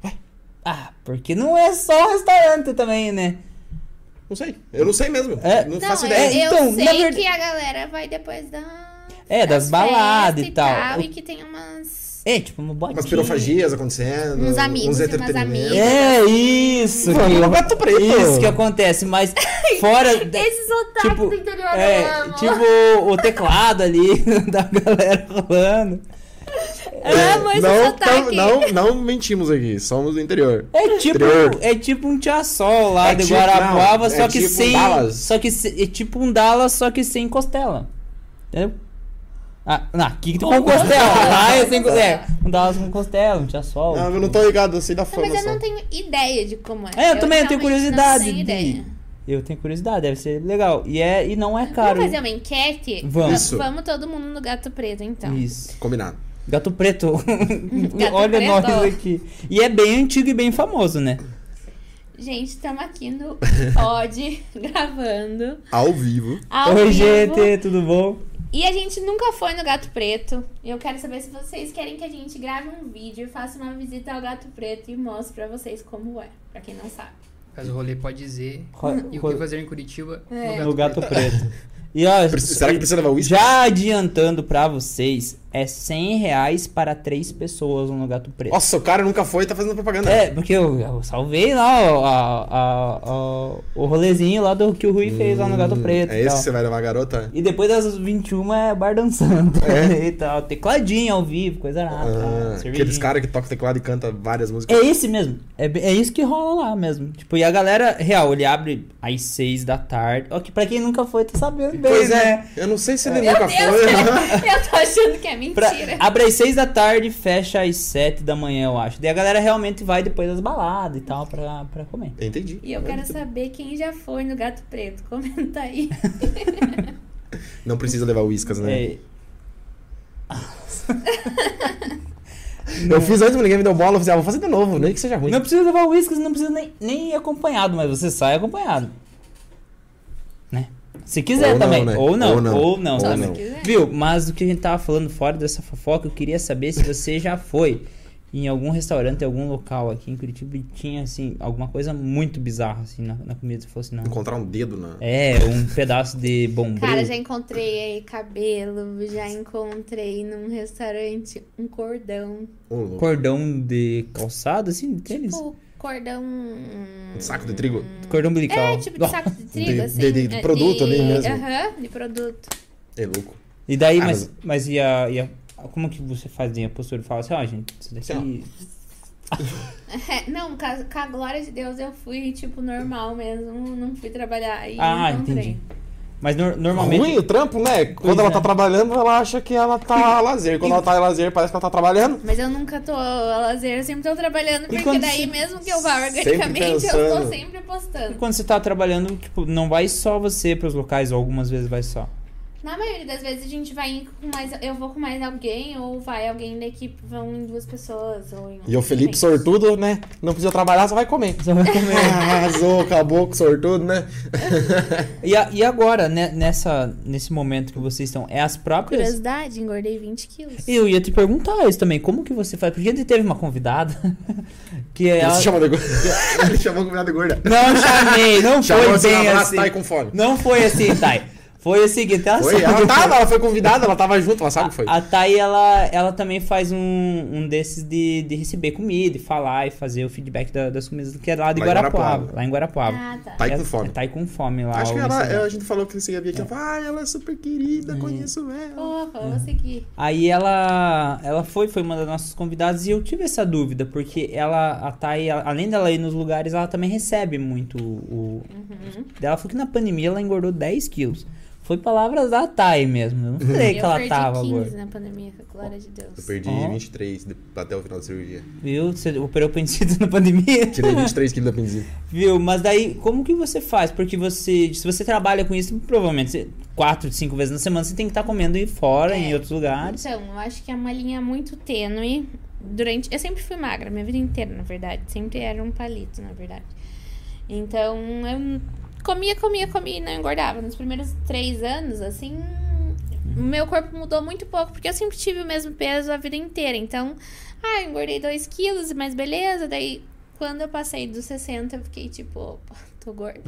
Porque não é só restaurante também, né? Não sei. Eu não sei mesmo. Não Não, faço eu, ideia. eu Então, sei na verdade- que a galera vai depois das das baladas festas e tal. E que tem umas... Tipo, uma botinha. Umas pirofagias acontecendo. Uns amigos uns e umas entretenimentos. amigas. É isso. Vamos no Gato Preto. Isso que acontece, mas fora... Esses otakus tipo, do interior eu amo. tipo o teclado ali da galera rolando. Amo esse sotaque. Não mentimos aqui, somos do interior. É tipo um Tia-Sol lá É de tipo- Guarapuava, não, só é que tipo um sem. Dallas. Só que é tipo um Dallas, só que sem costela. Entendeu? Não, aqui que tem com costela. Lá é sem costela. Um Dallas com costela, um Tia-Sol. Não, eu não tô ligado, eu sei da Não, fama mas eu só. não tenho ideia de como é. Eu também tenho realmente curiosidade. Não tenho ideia. Eu tenho curiosidade, deve ser legal. E não é caro. Vamos fazer uma enquete? Vamos. Vamos todo mundo no Gato Preto, então. Isso. Combinado. Gato Preto. Gato Olha Preto. nós aqui. E é bem antigo e bem famoso, né? Gente, estamos aqui no Pod, gravando. Ao vivo. Ao Oi, vivo. gente, tudo bom? E a gente nunca foi no Gato Preto. E eu quero saber se vocês querem que a gente grave um vídeo, faça uma visita ao Gato Preto e mostre pra vocês como é. Pra quem não sabe. Mas o rolê pode dizer. E o que fazer em Curitiba No Gato Preto. E ó, Será que precisa levar uísque? já adiantando pra vocês, é R$100 para 3 pessoas no Gato Preto. Nossa, o cara nunca foi e tá fazendo propaganda. Porque eu salvei lá o rolezinho lá do que o Rui fez lá no Gato Preto. É e esse tal. que você vai levar a garota? E depois das 21 é bar dançando e tal. Tecladinho ao vivo, coisa nada. Aqueles caras que tocam teclado e cantam várias músicas. É esse mesmo. É isso que rola lá mesmo. Tipo, e a galera, real, ele abre às 6 da tarde. Ó, que pra quem nunca foi, tá sabendo bem, Pois né? é, eu não sei se ele Meu nunca Deus, foi. eu tô achando que é mentira. Abre às 6 da tarde, fecha às 7 da manhã, eu acho. Daí a galera realmente vai depois das baladas e tal pra comer. Entendi. E eu quero saber quem já foi no Gato Preto. Comenta aí. Não precisa levar uíscas, né? É, Eu fiz antes, mas ninguém me deu bola. Eu falei, vou fazer de novo, nem que seja ruim. não precisa levar uísques, não precisa nem ir acompanhado, mas você sai acompanhado. Né? Se quiser Ou não, também. né? Ou não. Ou não. Só Ou se não. quiser. Viu? Mas o que a gente tava falando fora dessa fofoca, eu queria saber se você já foi em algum restaurante, em algum local aqui em Curitiba e tinha, assim, alguma coisa muito bizarra, assim, na comida. Se fosse, não. Encontrar um dedo na... Um pedaço de bombril. Cara, já encontrei aí cabelo, já encontrei num restaurante um cordão. Ô, louco. Cordão de calçado, assim, de tênis. Tipo, cordão. Um saco de trigo. Cordão umbilical. É, tipo de saco de trigo, De- assim. de produto ali mesmo. Aham, de produto. É louco. E daí, Ah, mas como que você fazia a postura? Fala assim, ó, gente, isso daqui... Não, com a glória de Deus eu fui, tipo, normal mesmo. Não fui trabalhar. E encontrei. Entendi. Mas normalmente... Ruim o trampo, né? Quando ela tá trabalhando, ela acha que ela tá a lazer. Quando ela tá a lazer, parece que ela tá trabalhando. Mas eu nunca tô a lazer, eu sempre tô trabalhando, porque quando daí, você- mesmo que eu vá Sempre organicamente, eu tô pensando. sempre postando. Quando você tá trabalhando, tipo, não vai só você pros locais, ou algumas vezes vai só. Na maioria das vezes a gente vai com mais. Eu vou com mais alguém, ou vai alguém da equipe, vão em 2 pessoas. Ou em E o Felipe gente. sortudo, né? Não precisa trabalhar, só vai comer. Só vai comer. Arrasou, acabou com o sortudo, né? E agora, né, nesse momento que vocês estão, é as próprias... Curiosidade, engordei 20 quilos. Eu ia te perguntar isso também, como que você faz? Porque a gente teve uma convidada que Ele ela... se chamou de gorda. Ele chamou a comida de gorda. Não chamei, não Chamou foi assim, bem ela assim. tá aí com fome. Não foi assim, Thay. Foi o seguinte, ela Foi, sabe ela foi convidada, ela tava junto, ela sabe que foi. A Thay, ela também faz um desses de receber comida e falar e fazer o feedback das comidas que é lá de Lá em Guarapuava. Guarapuava. Lá em Guarapuava. Ah, tá. Tá aí com fome. Tá aí com fome lá. Acho que o ela, restaurante. a gente falou que você ia vir aqui, ela falou, ela é super querida, conheço ela. Pô, vou seguir. Aí ela foi uma das nossas convidadas e eu tive essa dúvida, porque a Thay, além dela ir nos lugares, ela também recebe muito Uhum. Ela falou que na pandemia ela engordou 10 quilos. Foi palavras da Thay mesmo. Eu não falei que Eu ela perdi tava 15 gorda. na pandemia, com a glória de Deus. Eu perdi Ó. 23 até o final da cirurgia. Viu? Você operou apendicite na pandemia? Tirei 23 quilos da apendicite. Viu? Mas daí, como que você faz? Porque se você trabalha com isso, provavelmente 4, 5 vezes na semana, você tem que estar comendo ir fora, em outros lugares. Então, eu acho que é uma linha muito tênue. Eu sempre fui magra, minha vida inteira, na verdade. Sempre era um palito, na verdade. Então, eu comia e não engordava. Nos primeiros 3 anos, assim, o meu corpo mudou muito pouco, porque eu sempre tive o mesmo peso a vida inteira. Então, eu engordei 2 quilos, mas beleza. Daí, quando eu passei dos 60, eu fiquei tipo, opa, tô gorda.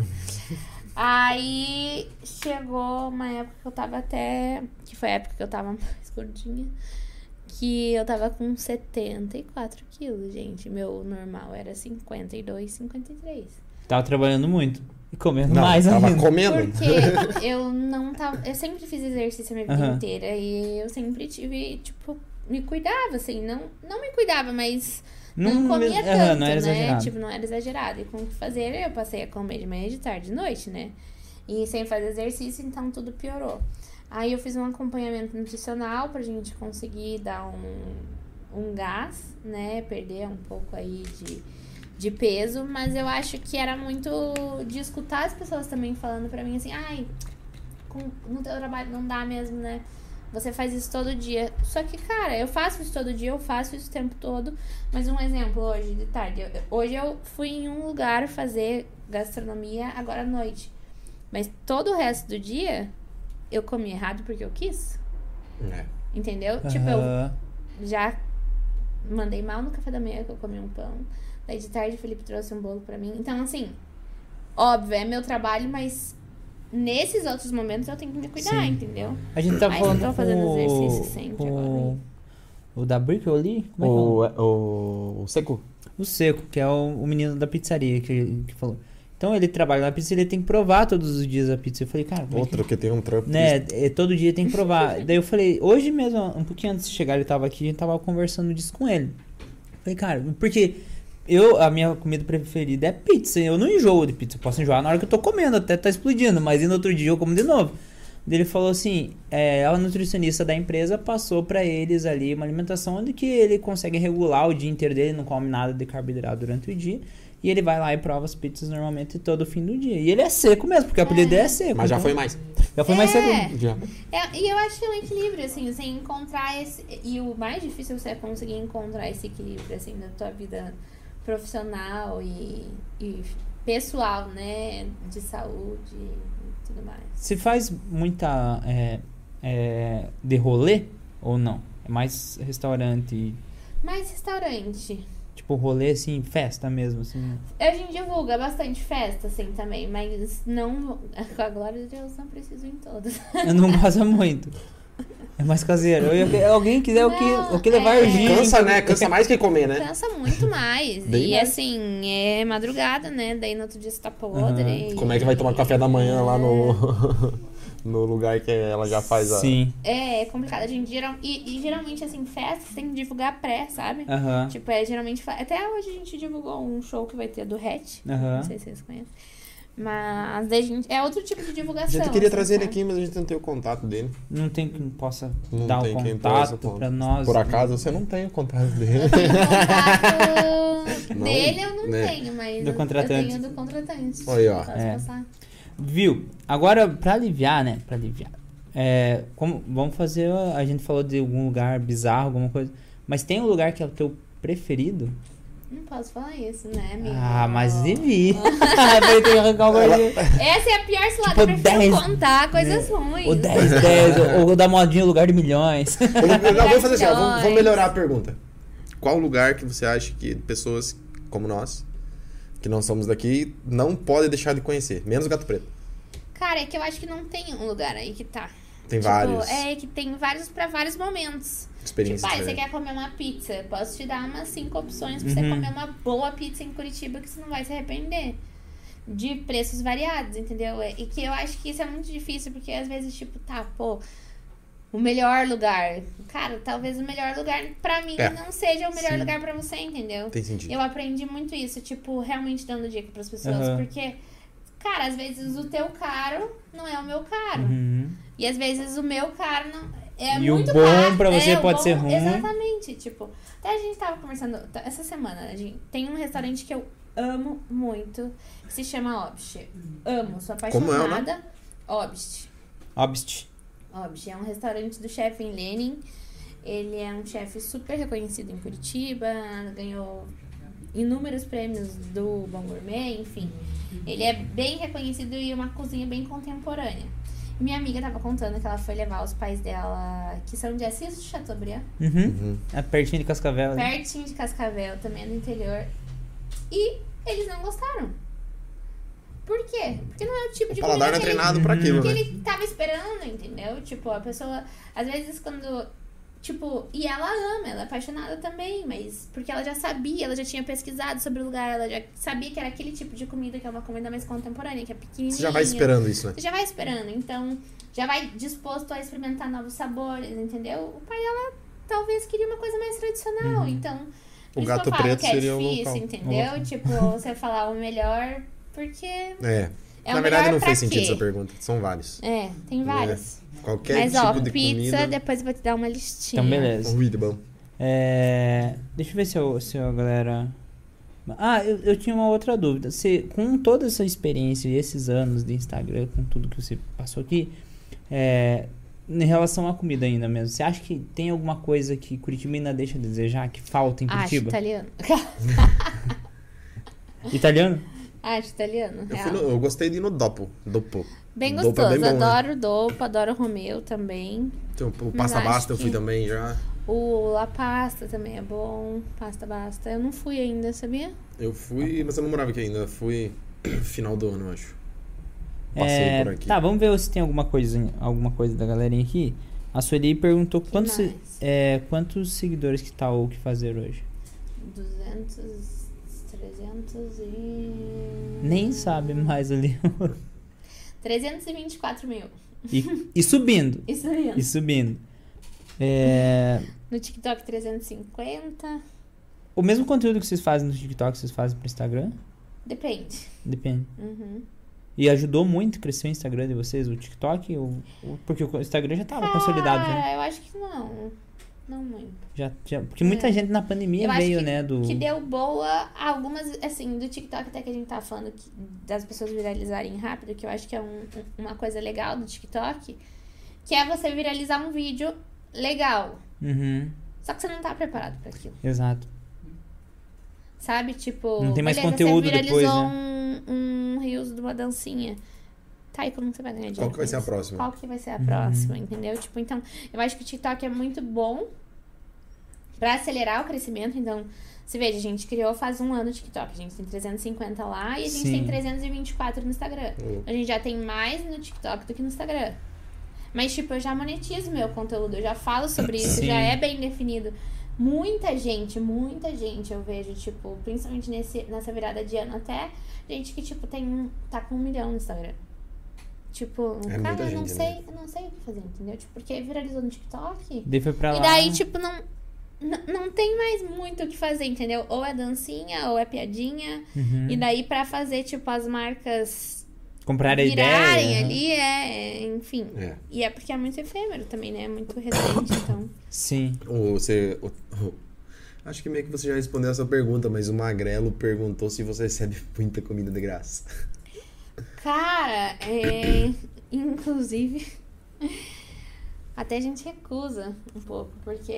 Aí, chegou uma época que eu tava até... Que foi a época que eu tava mais gordinha. Que eu tava com 74 quilos, gente. Meu normal era 52, 53. Tava trabalhando muito. E comendo Não, mais tava ainda. comendo. Porque eu não tava... Eu sempre fiz exercício a minha vida Aham. inteira. E eu sempre tive, tipo... Me cuidava, assim. Não me cuidava, mas... Não comia tanto, não era né? exagerado. Tipo, não era exagerado. E com o que fazer, eu passei a comer de manhã, de tarde, de noite, né? E sem fazer exercício, então tudo piorou. Aí eu fiz um acompanhamento nutricional pra gente conseguir dar um gás, né? Perder um pouco aí de peso. Mas eu acho que era muito de escutar as pessoas também falando pra mim assim, no teu trabalho não dá mesmo, né? Você faz isso todo dia. Só que, cara, eu faço isso todo dia, eu faço isso o tempo todo. Mas um exemplo, hoje de tarde. Hoje eu fui em um lugar fazer gastronomia agora à noite. Mas todo o resto do dia, eu comi errado porque eu quis. É. Entendeu? Tipo, eu Aham. já mandei mal no café da manhã, que eu comi um pão. Daí de tarde o Felipe trouxe um bolo pra mim. Então, assim, óbvio, é meu trabalho, mas nesses outros momentos eu tenho que me cuidar, Sim. entendeu? A gente tava Mas falando eu tô fazendo exercício sempre com agora. o da Brickell ali? Como é que é o nome? O seco. O Seco, que é o menino da pizzaria que falou. Então ele trabalha na pizza e ele tem que provar todos os dias a pizza. Eu falei, cara, como é Outro que tem um trampo. né, todo dia tem que provar. Daí eu falei, hoje mesmo, um pouquinho antes de chegar, ele tava aqui, a gente tava conversando disso com ele. Falei, cara, porque a minha comida preferida é pizza. Eu não enjoo de pizza. Eu posso enjoar na hora que eu tô comendo, até tá explodindo, mas no outro dia eu como de novo. Ele falou assim, a nutricionista da empresa passou pra eles ali uma alimentação onde que ele consegue regular o dia inteiro dele, não come nada de carboidrato durante o dia. E ele vai lá e prova as pizzas normalmente todo fim do dia. E ele é seco mesmo, porque o apelido dele é seco. Mas já então, foi mais. Já foi mais seco. Já. E eu acho que é um equilíbrio, assim, você encontrar esse... E o mais difícil é você conseguir encontrar esse equilíbrio, assim, na tua vida profissional e pessoal, né? De saúde e tudo mais. Você faz muita de rolê ou não? É mais restaurante, Mais restaurante. tipo rolê assim, festa mesmo, assim. A gente divulga bastante festa, assim, também, mas não... Com a glória de Deus, não preciso em todas. Eu não gosto muito. É mais caseiro. Alguém quiser o que levar é. urgente. Cansa, né? Cansa mais que comer, né? Cansa muito mais. Bem e mais. assim, é madrugada, né? Daí no outro dia você tá podre. Como é que vai tomar café da manhã lá no lugar que ela já faz a... Sim. É complicado. A gente geralmente, assim, festa você tem que divulgar pré, sabe? Aham. Tipo, geralmente... Até hoje a gente divulgou um show que vai ter do Hatch. Aham. Não sei se vocês conhecem. Mas daí a gente... É outro tipo de divulgação. A gente queria assim, trazer ele sabe? aqui, mas a gente não tem o contato dele. Não tem quem possa Não dar tem o quem possa, contato pra nós. Por acaso, você não tem o contato dele. O contato Não, dele eu não né? tenho, mas Do contratante. eu tenho do contratante. Aí, ó. Posso É. passar? Viu? Agora, pra aliviar, né? Pra aliviar. Vamos fazer... A gente falou de algum lugar bizarro, alguma coisa. Mas tem um lugar que é o teu preferido? Não posso falar isso, né, amigo? Ah, mas devia. Vai ter que arrancar uma coisa. Essa é a pior cilada. Tipo, Eu prefiro 10, contar coisas ruins. O 10, ou da modinha lugar de milhões. Vamos fazer assim, ó, vamos Milhões. melhorar a pergunta. Qual lugar que você acha que pessoas como nós, que não somos daqui, não podem deixar de conhecer? Menos Gato Preto. Cara, é que eu acho que não tem um lugar aí que tá. Tem Tipo, vários É que tem vários pra vários momentos. experiências. Tipo, você diferentes. quer comer uma pizza? Posso te dar umas 5 opções pra você comer uma boa pizza em Curitiba que você não vai se arrepender. De preços variados, entendeu? E que eu acho que isso é muito difícil, porque às vezes, tipo, o melhor lugar. Cara, talvez o melhor lugar pra mim não seja o melhor Sim. lugar pra você, entendeu? Tem sentido. Eu aprendi muito isso, tipo, realmente dando dica pras pessoas, Aham. porque, cara, às vezes o teu caro não é o meu caro. Uhum. E às vezes o meu caro não é E o muito bom caro. pra você o pode bom- ser ruim. Exatamente, tipo, até a gente tava conversando essa semana, tem um restaurante que eu amo muito, que se chama Obst. Amo, sou Como é o apaixonada. Obst. Obst. É um restaurante do chefe em Lenin. Ele é um chefe super reconhecido em Curitiba, ganhou inúmeros prêmios do Bom Gourmet, enfim. Ele é bem reconhecido e uma cozinha bem contemporânea. Minha amiga tava contando que ela foi levar os pais dela, que são de Assis do Chateaubriand, Uhum. É pertinho de Cascavel. né? pertinho de Cascavel, também no interior. E eles não gostaram. Por quê? Porque não é o tipo de O paladar não é comida que ele- treinado pra aquilo, que né? ele tava esperando, entendeu? Tipo, a pessoa, às vezes quando, tipo, e ela ama, ela é apaixonada também, mas porque ela já sabia, ela já tinha pesquisado sobre o lugar, ela já sabia que era aquele tipo de comida que é uma comida mais contemporânea, que é pequenininha. Você já vai esperando isso, né? Você já vai esperando, então já vai disposto a experimentar novos sabores, entendeu? O pai dela talvez queria uma coisa mais tradicional, então por O isso gato que eu falo preto que é seria o difícil, local. entendeu? Tipo, você falar o melhor, porque É. é Na o verdade, melhor não pra fez sentido quê? essa pergunta. São vários. Tem vários. Qualquer Mas tipo ó, de pizza, comida. depois eu vou te dar uma listinha. Então, beleza. Muito bom. Deixa eu ver se a galera... Ah, eu tinha uma outra dúvida. Você, com toda essa experiência e esses anos de Instagram, com tudo que você passou aqui, em relação à comida ainda mesmo, você acha que tem alguma coisa que Curitiba ainda deixa a desejar, que falta em Acho Curitiba? italiano. Italiano? Acho italiano, real. Eu gostei de ir no Dopo. Bem Dopo é gostoso, bem bom, né? adoro o Dopo, adoro o Romeu também. Então, o Mas Pasta acho Basta eu fui que- também já. O La Pasta também é bom, Pasta Basta. Eu não fui ainda, sabia? Eu fui, mas eu não morava aqui ainda. Fui final do ano, eu acho. Passei por aqui. Tá, vamos ver se tem alguma coisa da galerinha aqui. A Sueli perguntou quantos seguidores que tá o Que Fazer hoje. 200, 300 e... Nem sabe mais ali. 324 mil. E subindo. Isso aí. E subindo. No TikTok 350. O mesmo conteúdo que vocês fazem no TikTok, vocês fazem pro Instagram? Depende. Depende. Uhum. E ajudou muito a crescer o Instagram de vocês, o TikTok? Porque o Instagram já tava consolidado, né? Eu acho que não. Não muito. Porque muita gente na pandemia veio, né? Que deu boa algumas, assim, do TikTok até que a gente tá falando das pessoas viralizarem rápido, que eu acho que é uma coisa legal do TikTok, que é você viralizar um vídeo legal. Só que você não tá preparado pra aquilo. Exato. Sabe? Tipo, não tem mais conteúdo você viralizou depois, né? um reels de uma dancinha. Tá, e como você vai ganhar dinheiro? Qual que vai ser a próxima? Qual que vai ser a próxima, entendeu? Tipo, então, eu acho que o TikTok é muito bom pra acelerar o crescimento. Então, se veja, a gente criou faz um ano o TikTok. A gente tem 350 lá e a gente tem 324 no Instagram. A gente já tem mais no TikTok do que no Instagram. Mas, tipo, eu já monetizo meu conteúdo, eu já falo sobre isso, já é bem definido. Muita gente, eu vejo, tipo, principalmente nessa virada de ano, até gente que, tipo, tá com 1 milhão no Instagram. Tipo, cara, eu não sei o que fazer, entendeu? Tipo, porque viralizou no TikTok. Daí foi pra lá. E daí, tipo, não tem mais muito o que fazer, entendeu? Ou é dancinha, ou é piadinha. E daí, pra fazer, tipo, as marcas comprarem virarem ideia, ali, enfim. E é porque é muito efêmero também, né? É muito recente, então. Sim. Acho que meio que você já respondeu essa pergunta, mas o Magrelo perguntou se você recebe muita comida de graça. Cara, inclusive, até a gente recusa um pouco, porque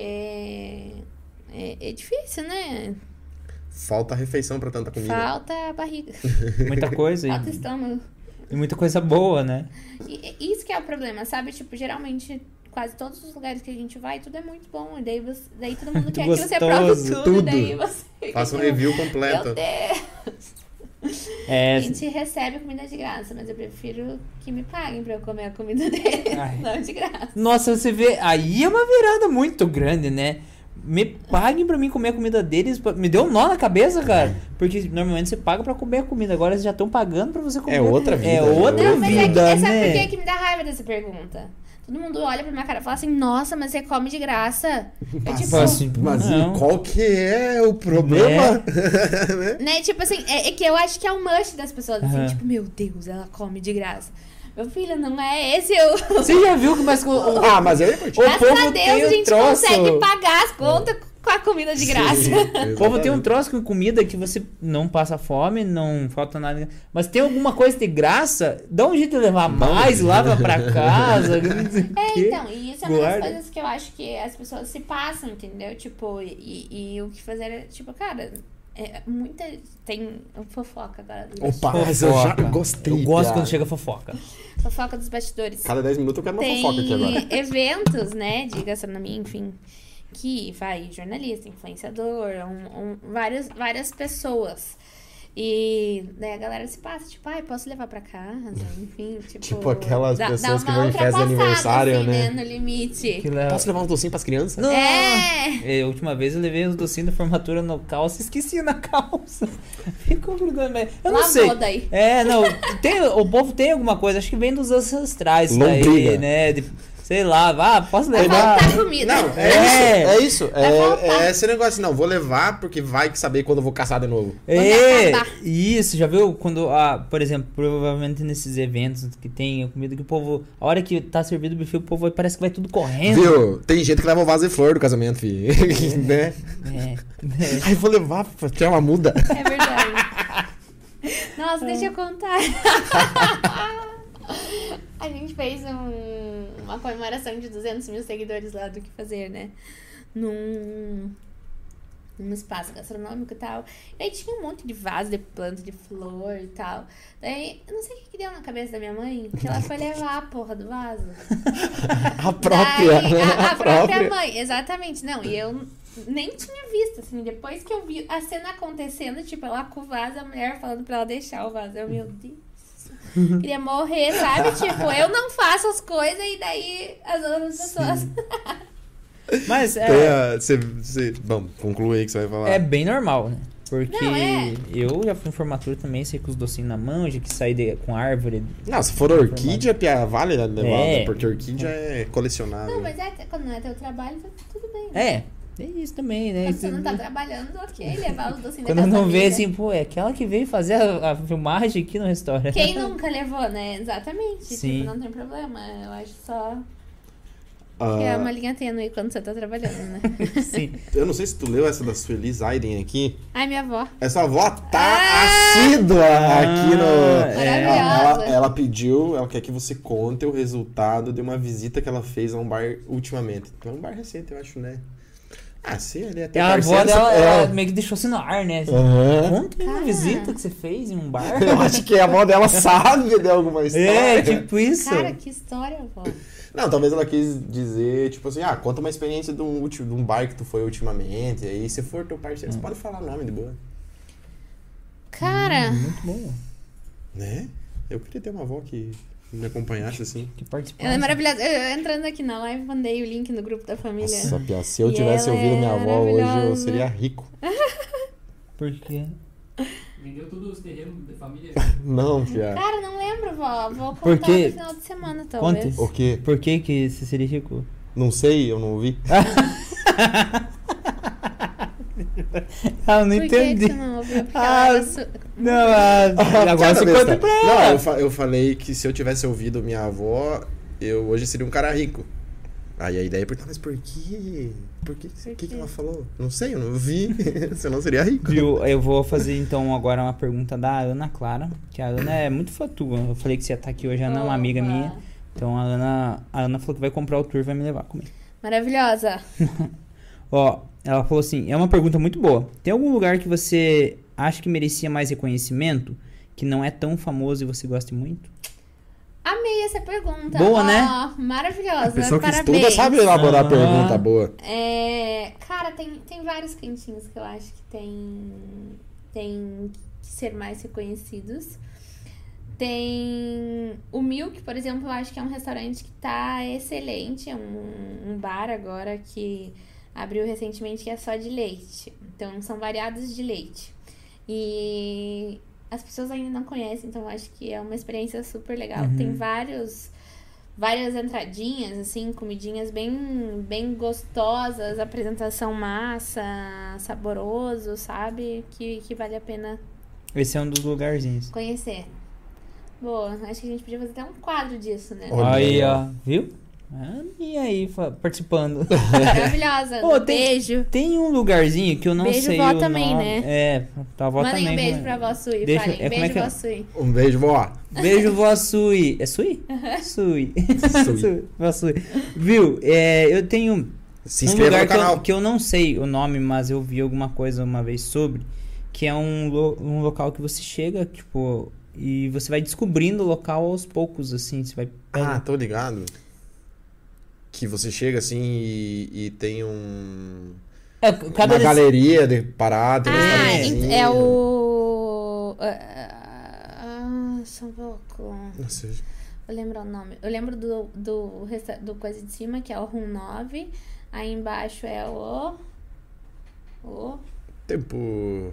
é difícil, né? Falta refeição pra tanta comida. Falta a barriga. Muita coisa. Falta estômago. E muita coisa boa, né? E isso que é o problema, sabe? Tipo, geralmente, quase todos os lugares que a gente vai, tudo é muito bom. E daí todo mundo quer que você prove tudo. E daí você... Faça um review completo. Meu Deus! A gente recebe comida de graça, mas eu prefiro que me paguem pra eu comer a comida deles, não de graça. Nossa, você vê, aí é uma virada muito grande, né? Me paguem pra mim comer a comida deles. Me deu um nó na cabeça, cara. Porque normalmente você paga pra comer a comida. Agora eles já estão pagando pra você comer. É outra vida. É outra vida, sabe por que me dá raiva dessa pergunta? Todo mundo olha pra minha cara e fala assim, nossa, mas você come de graça. Eu, tipo, mas qual que é o problema? Né? Tipo assim, é que eu acho que é o mush das pessoas. Assim, tipo, meu Deus, ela come de graça. Meu filho, não é esse o... Você já viu que mais... mas eu graças a Deus a gente consegue pagar as contas com a comida de graça. Sim, o povo tem um troço com comida que você não passa fome, não falta nada. Mas tem alguma coisa de graça, dá um jeito de levar mais, lava pra casa. Então, e isso é uma das coisas que eu acho que as pessoas se passam, entendeu? Tipo, e o que fazer é, tipo, cara... Tem fofoca agora. Opa, mas eu já gostei. Eu gosto quando chega fofoca. Fofoca dos bastidores. Cada 10 minutos eu quero uma fofoca aqui agora. Tem eventos, né, de gastronomia, enfim, que vai jornalista, influenciador, várias pessoas. E daí a galera se passa, tipo, posso levar pra casa, enfim, tipo aquelas pessoas que vão em festa de aniversário, assim, né? No limite. Posso levar um docinho pras crianças? Não. A última vez eu levei os docinhos da formatura no calça e esqueci na calça. Ficou grudando. Eu não sei. Daí. Não. O povo tem alguma coisa, acho que vem dos ancestrais daí, né? Sei lá, posso levar. Vai faltar comida. Não, é isso. É esse negócio, não, vou levar porque vai que saber quando eu vou caçar de novo. Isso, já viu quando, por exemplo, provavelmente nesses eventos que tem comida que o povo, a hora que tá servido o buffet, o povo parece que vai tudo correndo. Viu? Tem gente que leva um vaso de flor do casamento, filho. Né? Aí vou levar pra tirar uma muda. É verdade. Nossa, deixa eu contar. A gente fez uma comemoração de 200 mil seguidores lá do Que Fazer, né? Num espaço gastronômico e tal. E aí tinha um monte de vaso de planta, de flor e tal. Daí, eu não sei o que deu na cabeça da minha mãe, que ela foi levar a porra do vaso. A própria. Daí, a própria mãe, exatamente. Não, e eu nem tinha visto, assim, depois que eu vi a cena acontecendo, tipo, ela com o vaso, a mulher falando pra ela deixar o vaso. Eu, meu Deus. Queria morrer, sabe? Tipo, eu não faço as coisas e daí as outras pessoas. Mas Bom, conclui aí que você vai falar. É bem normal, né? Porque eu já fui em formatura também, sei com os docinhos na mão, já que saí com árvore. Não, se for orquídea, vale levar, porque orquídea é colecionável. Não, mas quando não é teu trabalho, tá tudo bem. Né? É isso também, né? Quando você não tá trabalhando, ok, levar os docinhos Quando da não vê família. assim, pô, é aquela que veio fazer a filmagem aqui no restaurante. Quem nunca levou, né? Exatamente. Sim. Tipo, não tem problema. Eu acho só que é uma linha tênue quando você tá trabalhando, né? Sim. Eu não sei se tu leu essa da Sueli Zaiden aqui. Ai, minha avó. Essa avó tá assídua aqui no... Maravilhosa. Ela pediu, ela quer que você conte o resultado de uma visita que ela fez a um bar ultimamente. É um bar recente, eu acho, né? Ah, sim, ele é até A avó parceiro, dela ela- ela meio que deixou assim no ar, né? Aham. Conta uma Cara. visita que você fez em um bar. Eu acho que a avó dela sabe de alguma história. É, tipo isso. Cara, que história, avó. Não, talvez ela quis dizer, tipo assim, conta uma experiência de um bar que tu foi ultimamente. Aí se for teu parceiro, você pode falar o nome de boa. Cara, Muito bom. Né? Eu queria ter uma avó que me acompanhasse assim. Que participação. ela é maravilhosa. Eu entrando aqui na live, mandei o link no grupo da família. Nossa, Pia, se eu E tivesse ela ouvido é minha avó hoje, eu maravilhosa. seria rico. Por quê? Vendeu todos os terrenos da família. Não, Pia. Cara, não lembro, vó. Vou Por contar quê? no final de semana, talvez. Conte. O quê? Por que que você seria rico? Não sei, eu não ouvi. Ah, eu não Por que entendi. que você não ouviu? Porque Ah, ela era su... Não, agora Piada você besta. conta pra Não, ela. eu falei que se eu tivesse ouvido minha avó, eu hoje seria um cara rico. Aí a ideia é perguntar, mas por quê? Por quê? O que ela falou? Não sei, eu não ouvi. Senão seria rico. Viu? Eu vou fazer então agora uma pergunta da Ana Clara, que a Ana é muito fã tua. Eu falei que você ia estar aqui hoje, a Ana é uma amiga Opa. minha. Então a Ana falou que vai comprar o tour e vai me levar comigo. Maravilhosa. Ó, ela falou assim, é uma pergunta muito boa. Tem algum lugar que você acha que merecia mais reconhecimento, que não é tão famoso e você gosta muito? Amei essa pergunta. Boa, né? Maravilhosa. A pessoa que Parabéns. estuda sabe elaborar Aham. pergunta boa. Cara, tem vários cantinhos que eu acho que tem que ser mais reconhecidos. Tem o Milk, por exemplo, eu acho que é um restaurante que tá excelente. É um bar agora que abriu recentemente que é só de leite. Então, são variados de leite. E as pessoas ainda não conhecem, então eu acho que é uma experiência super legal. Uhum. Tem várias entradinhas, assim, comidinhas bem gostosas, apresentação massa, saboroso, sabe? Que vale a pena Esse é um dos lugarzinhos. conhecer. Boa, acho que a gente podia fazer até um quadro disso, né? Olha Aí, aí, ó, viu? E aí, participando. Maravilhosa. Ô, tem- Beijo. Tem um lugarzinho que eu não Beijo, sei vó o também, nome. né? É, tua avó Mandem também. um beijo né? pra vó Sui. Deixa- Falem, como é beijo, que é? vó Sui. Um beijo, vó. Beijo, vó Sui. É Sui? Sui. Sui. Vó Sui. Viu? Eu tenho Se um inscreva lugar no canal. que eu não sei o nome, mas eu vi alguma coisa uma vez sobre, que é um local que você chega, tipo, e você vai descobrindo o local aos poucos, assim, você vai... Ah, tô ligado. Que você chega assim e tem cada uma galeria de parada. É o... Só um pouco... Nossa, Eu lembro o nome. Eu lembro do coisa de cima, que é o Room 9. Aí embaixo é o... tempo.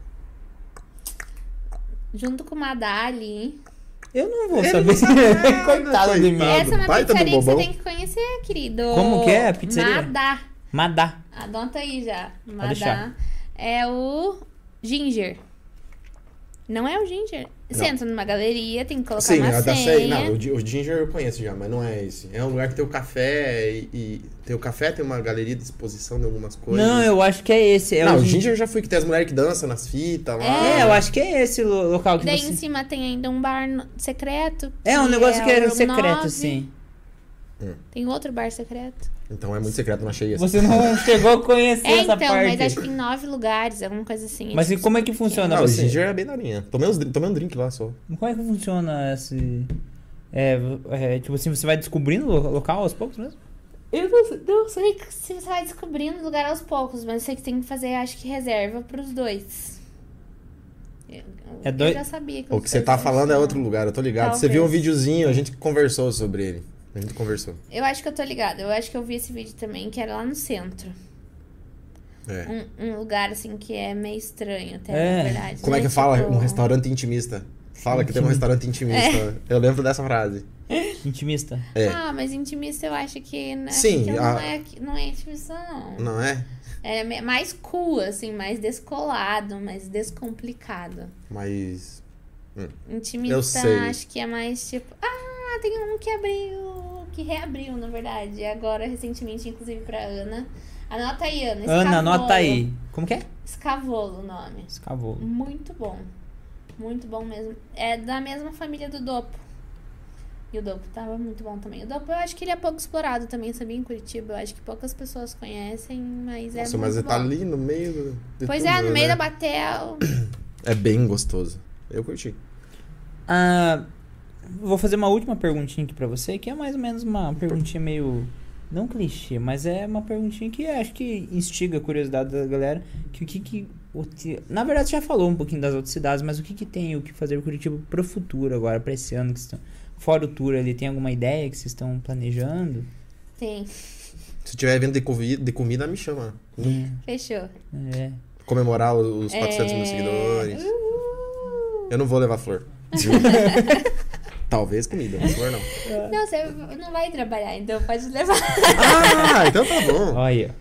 Junto com o Madali. Eu não vou Ele saber. não sabe nada, Coitado de mim. coitado. Essa é uma baita do pizzaria que você bobão. tem que conhecer, querido. Como que é a pizzaria? Madá. Madá. Anota aí já. Madá. deixar. É o Ginger. Não é o Ginger. Você Não. entra numa galeria, tem que colocar Sim, uma eu já senha. sei. Não, o Ginger eu conheço já, mas não é esse. É um lugar que tem o café e tem o café, tem uma galeria de exposição de algumas coisas. Não, eu acho que é esse. É Não, o o Ginger eu já fui, que tem as mulheres que dançam nas fitas lá. É, eu acho que é esse local E que daí você... em cima tem ainda um bar secreto. É um negócio que o era Room secreto, 9. assim. Tem outro bar secreto. Então é muito secreto, não achei esse. Você não chegou a conhecer essa Então, parte. mas acho que tem 9 lugares, alguma coisa assim. Mas e Tipo, como é que funciona? Não, o você... Ginger é bem da linha. Tomei um drink lá só. Como é que funciona esse... tipo assim, você vai descobrindo o local aos poucos mesmo? Eu não sei se você vai descobrindo o lugar aos poucos, mas eu sei que tem que fazer, acho que reserva pros dois. Eu já sabia que O os que você dois tá iam falando é chamar. outro lugar, eu tô ligado. Talvez. Você viu um videozinho, a gente conversou sobre ele. A gente conversou. Eu acho que eu tô ligada. Eu acho que eu vi esse vídeo também, que era lá no centro. É. Um lugar, assim, que é meio estranho, até, É. na verdade. Como é né? que fala? Tipo, Um restaurante intimista. Fala que tem um restaurante intimista. Eu lembro dessa frase. Intimista? Ah, mas intimista eu acho que... Sim, não é intimista, não. Não é? É mais cool, assim, mais descolado, mais descomplicado. Mas... Intimista, eu sei. acho que é mais tipo... Ah, tem um que reabriu, na verdade. Agora, recentemente, inclusive pra Ana. Anota aí, Ana. Ana, anota aí. Como que é? Escavolo o nome. Escavolo. Muito bom. Muito bom mesmo. É da mesma família do Dopo. E o Dopo tava muito bom também. O Dopo eu acho que ele é pouco explorado também, sabia? Em Curitiba. Eu acho que poucas pessoas conhecem, mas Nossa, muito mas ele bom. tá ali no meio de Pois tudo, no meio né? da Batel. É bem gostoso. Eu curti. Vou fazer uma última perguntinha aqui pra você, que é mais ou menos uma perguntinha meio... Não clichê, mas é uma perguntinha que acho que instiga a curiosidade da galera. Na verdade, você já falou um pouquinho das outras cidades, mas o que tem o que fazer Curitiba pro futuro agora, pra esse ano que estão... Fora o tour ali, tem alguma ideia que vocês estão planejando? Tem. Se tiver evento de comida, me chama. Fechou. Comemorar os 400 mil seguidores. Eu não vou levar flor. Talvez comida, mas flor não. Não, você não vai trabalhar, então pode levar. Então tá bom. Olha.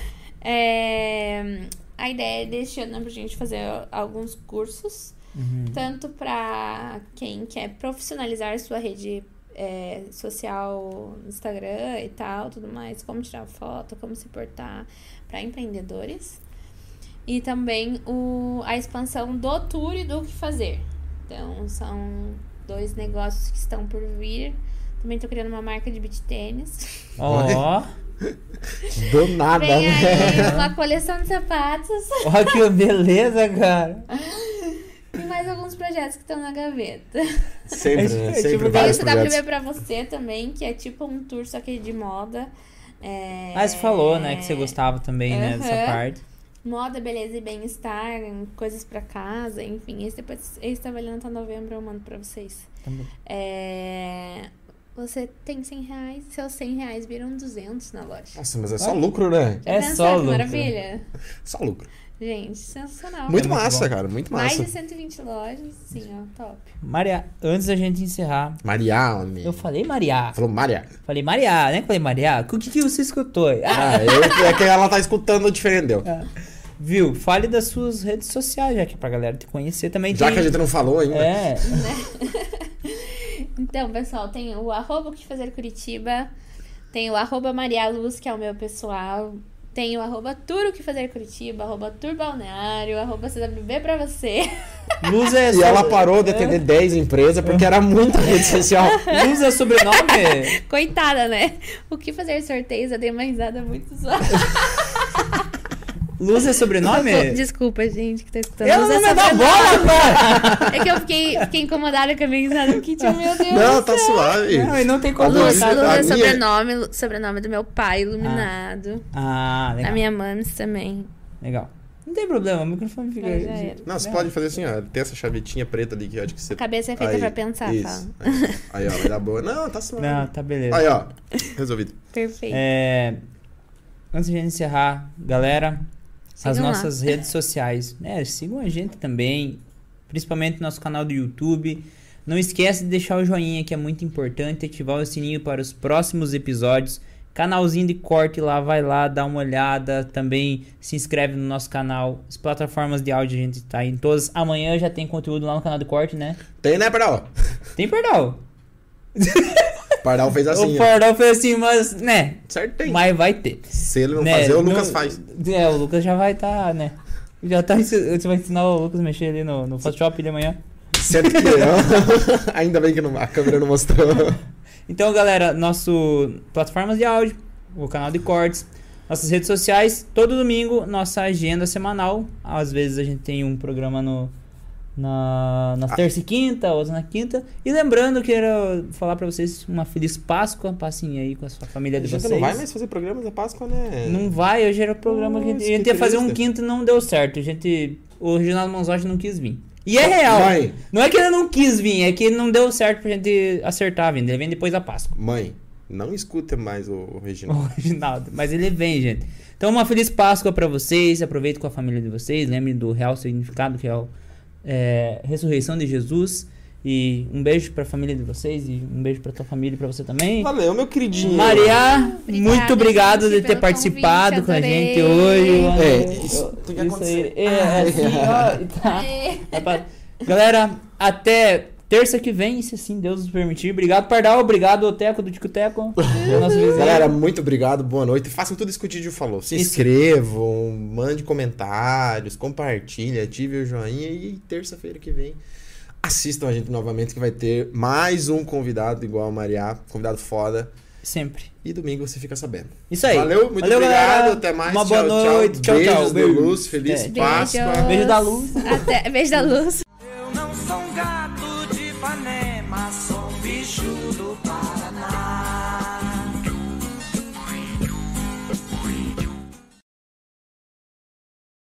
A ideia é deste ano pra gente fazer alguns cursos. Tanto pra quem quer profissionalizar sua rede social, Instagram e tal, tudo mais. Como tirar foto, como se portar pra empreendedores. E também a expansão do tour e do que fazer. Então, são 2 negócios que estão por vir. Também tô criando uma marca de beach tênis. Ó. Do nada, Vem aí né? uma coleção de sapatos. Olha que beleza, cara. E mais alguns projetos que estão na gaveta. Sempre, né? É Sempre tipo, vários Tem o projetos. CWB pra você também, que é tipo um tour, só que de moda. Você falou, né, que você gostava também, né, dessa Aham. parte. Moda, beleza e bem-estar, coisas pra casa, enfim. Esse tá valendo até novembro, eu mando pra vocês. Também. Você tem R$100, seus R$100 viram 200 na loja. Nossa, mas é só lucro, né? Já É pensou só que lucro. maravilha? Só lucro. Gente, sensacional. Muito muito massa, bom. cara. Muito Mais massa. de 120 lojas, sim, ó, top. Maria, antes da gente encerrar, Mariane. eu falei Maria. Falou Maria. Falei Maria, né? Falei Maria. O que você escutou? É que ela tá escutando diferente deu. Viu? Fale das suas redes sociais, já que é pra galera te conhecer também. Já tem... que a gente não falou ainda. Então, pessoal, tem o @o que fazer Curitiba, tem o @Maria Luz, que é o meu pessoal, tem o @Turo que fazer Curitiba, @Tour Balneário, @CWB pra você. Luz é E ela parou de atender 10 empresas porque era muita rede social. Luz é sobrenome? Coitada, né? O que fazer sorteios? Eu dei uma risada muito zoada. Luz é sobrenome? Desculpa, gente, que tá escutando. Ela Luz não é me dá sobrenome. bola, cara! É que eu fiquei incomodada com a minha risada, porque tinha, meu Deus. Não, tá suave. Não, e não tem como Luz, Luz, cortar. Luz é minha- sobrenome do meu pai, Iluminado. Ah, A legal. minha mames também. Legal. Não tem problema, o microfone fica... Já era. Não, você pode fazer assim, ó. Tem essa chavetinha preta ali que eu acho que você... A cabeça é feita Aí, pra pensar, isso. fala. Aí, ó, vai dar boa. Não, tá suave. Não, tá beleza. Aí, ó. Resolvido. Perfeito. Antes de a gente encerrar, galera, as Sigam lá. nossas redes sociais. Sigam a gente também, principalmente no nosso canal do YouTube. Não esquece de deixar o joinha, que é muito importante, ativar o sininho para os próximos episódios. Canalzinho de corte lá, vai lá, dá uma olhada. Também se inscreve no nosso canal. As plataformas de áudio a gente tá em todas. Amanhã já tem conteúdo lá no canal de corte, né? Tem, né, Pardal? Tem Pardal. Pardal fez assim, O ó. Pardal fez assim, mas, né? Certo, tem. Mas vai ter. Se ele não Né, fazer, o Lucas faz. O Lucas já vai estar, né? Já tá. Você vai ensinar o Lucas a mexer ali no Photoshop de amanhã. Certo que não. Ainda bem que a câmera não mostrou. Então, galera, nosso plataformas de áudio, o canal de cortes, nossas redes sociais, todo domingo, nossa agenda semanal. Às vezes a gente tem um programa na terça e quinta, outro na quinta. E lembrando, quero falar pra vocês uma feliz Páscoa. Passem aí com a sua família A de gente vocês. não vai mais fazer programas da Páscoa, né? Não vai, hoje era o programa que a gente ia fazer um triste. quinto e não deu certo. O Reginaldo Manzotti não quis vir. E é real. Mãe, Não é que ele não quis vir, é que não deu certo pra gente acertar a vinda. Ele vem depois da Páscoa. mãe, não escuta mais o O Reginaldo. Reginaldo. Mas ele vem, gente. Então, uma feliz Páscoa pra vocês. Aproveite com a família de vocês. Lembre do real significado, que é a ressurreição de Jesus. E um beijo pra família de vocês e um beijo pra tua família e pra você também. Valeu, meu queridinho. Maria, Obrigada, muito obrigado gente, de ter pelo participado convite, com a adorei. gente hoje. Isso tem que acontecer. Assim, ó, tá. É. Rapaz, galera, até terça que vem, se assim Deus nos permitir. Obrigado, Pardal. Obrigado, Teco do Tico-Teco. Galera, muito obrigado, boa noite. Façam tudo isso que o Didio falou. Se inscrevam, mande comentários, compartilhe, ative o joinha e terça-feira que vem assistam a gente novamente que vai ter mais um convidado igual a Maria, convidado foda. Sempre. E domingo você fica sabendo. Isso aí. Valeu, muito obrigado. Galera. Até mais. Uma tchau, boa noite. Tchau, Beijos tchau. de Beijo. luz. Feliz Páscoa. Beijo da luz. Beijo da luz. Eu não sou um gato de Ipanema, sou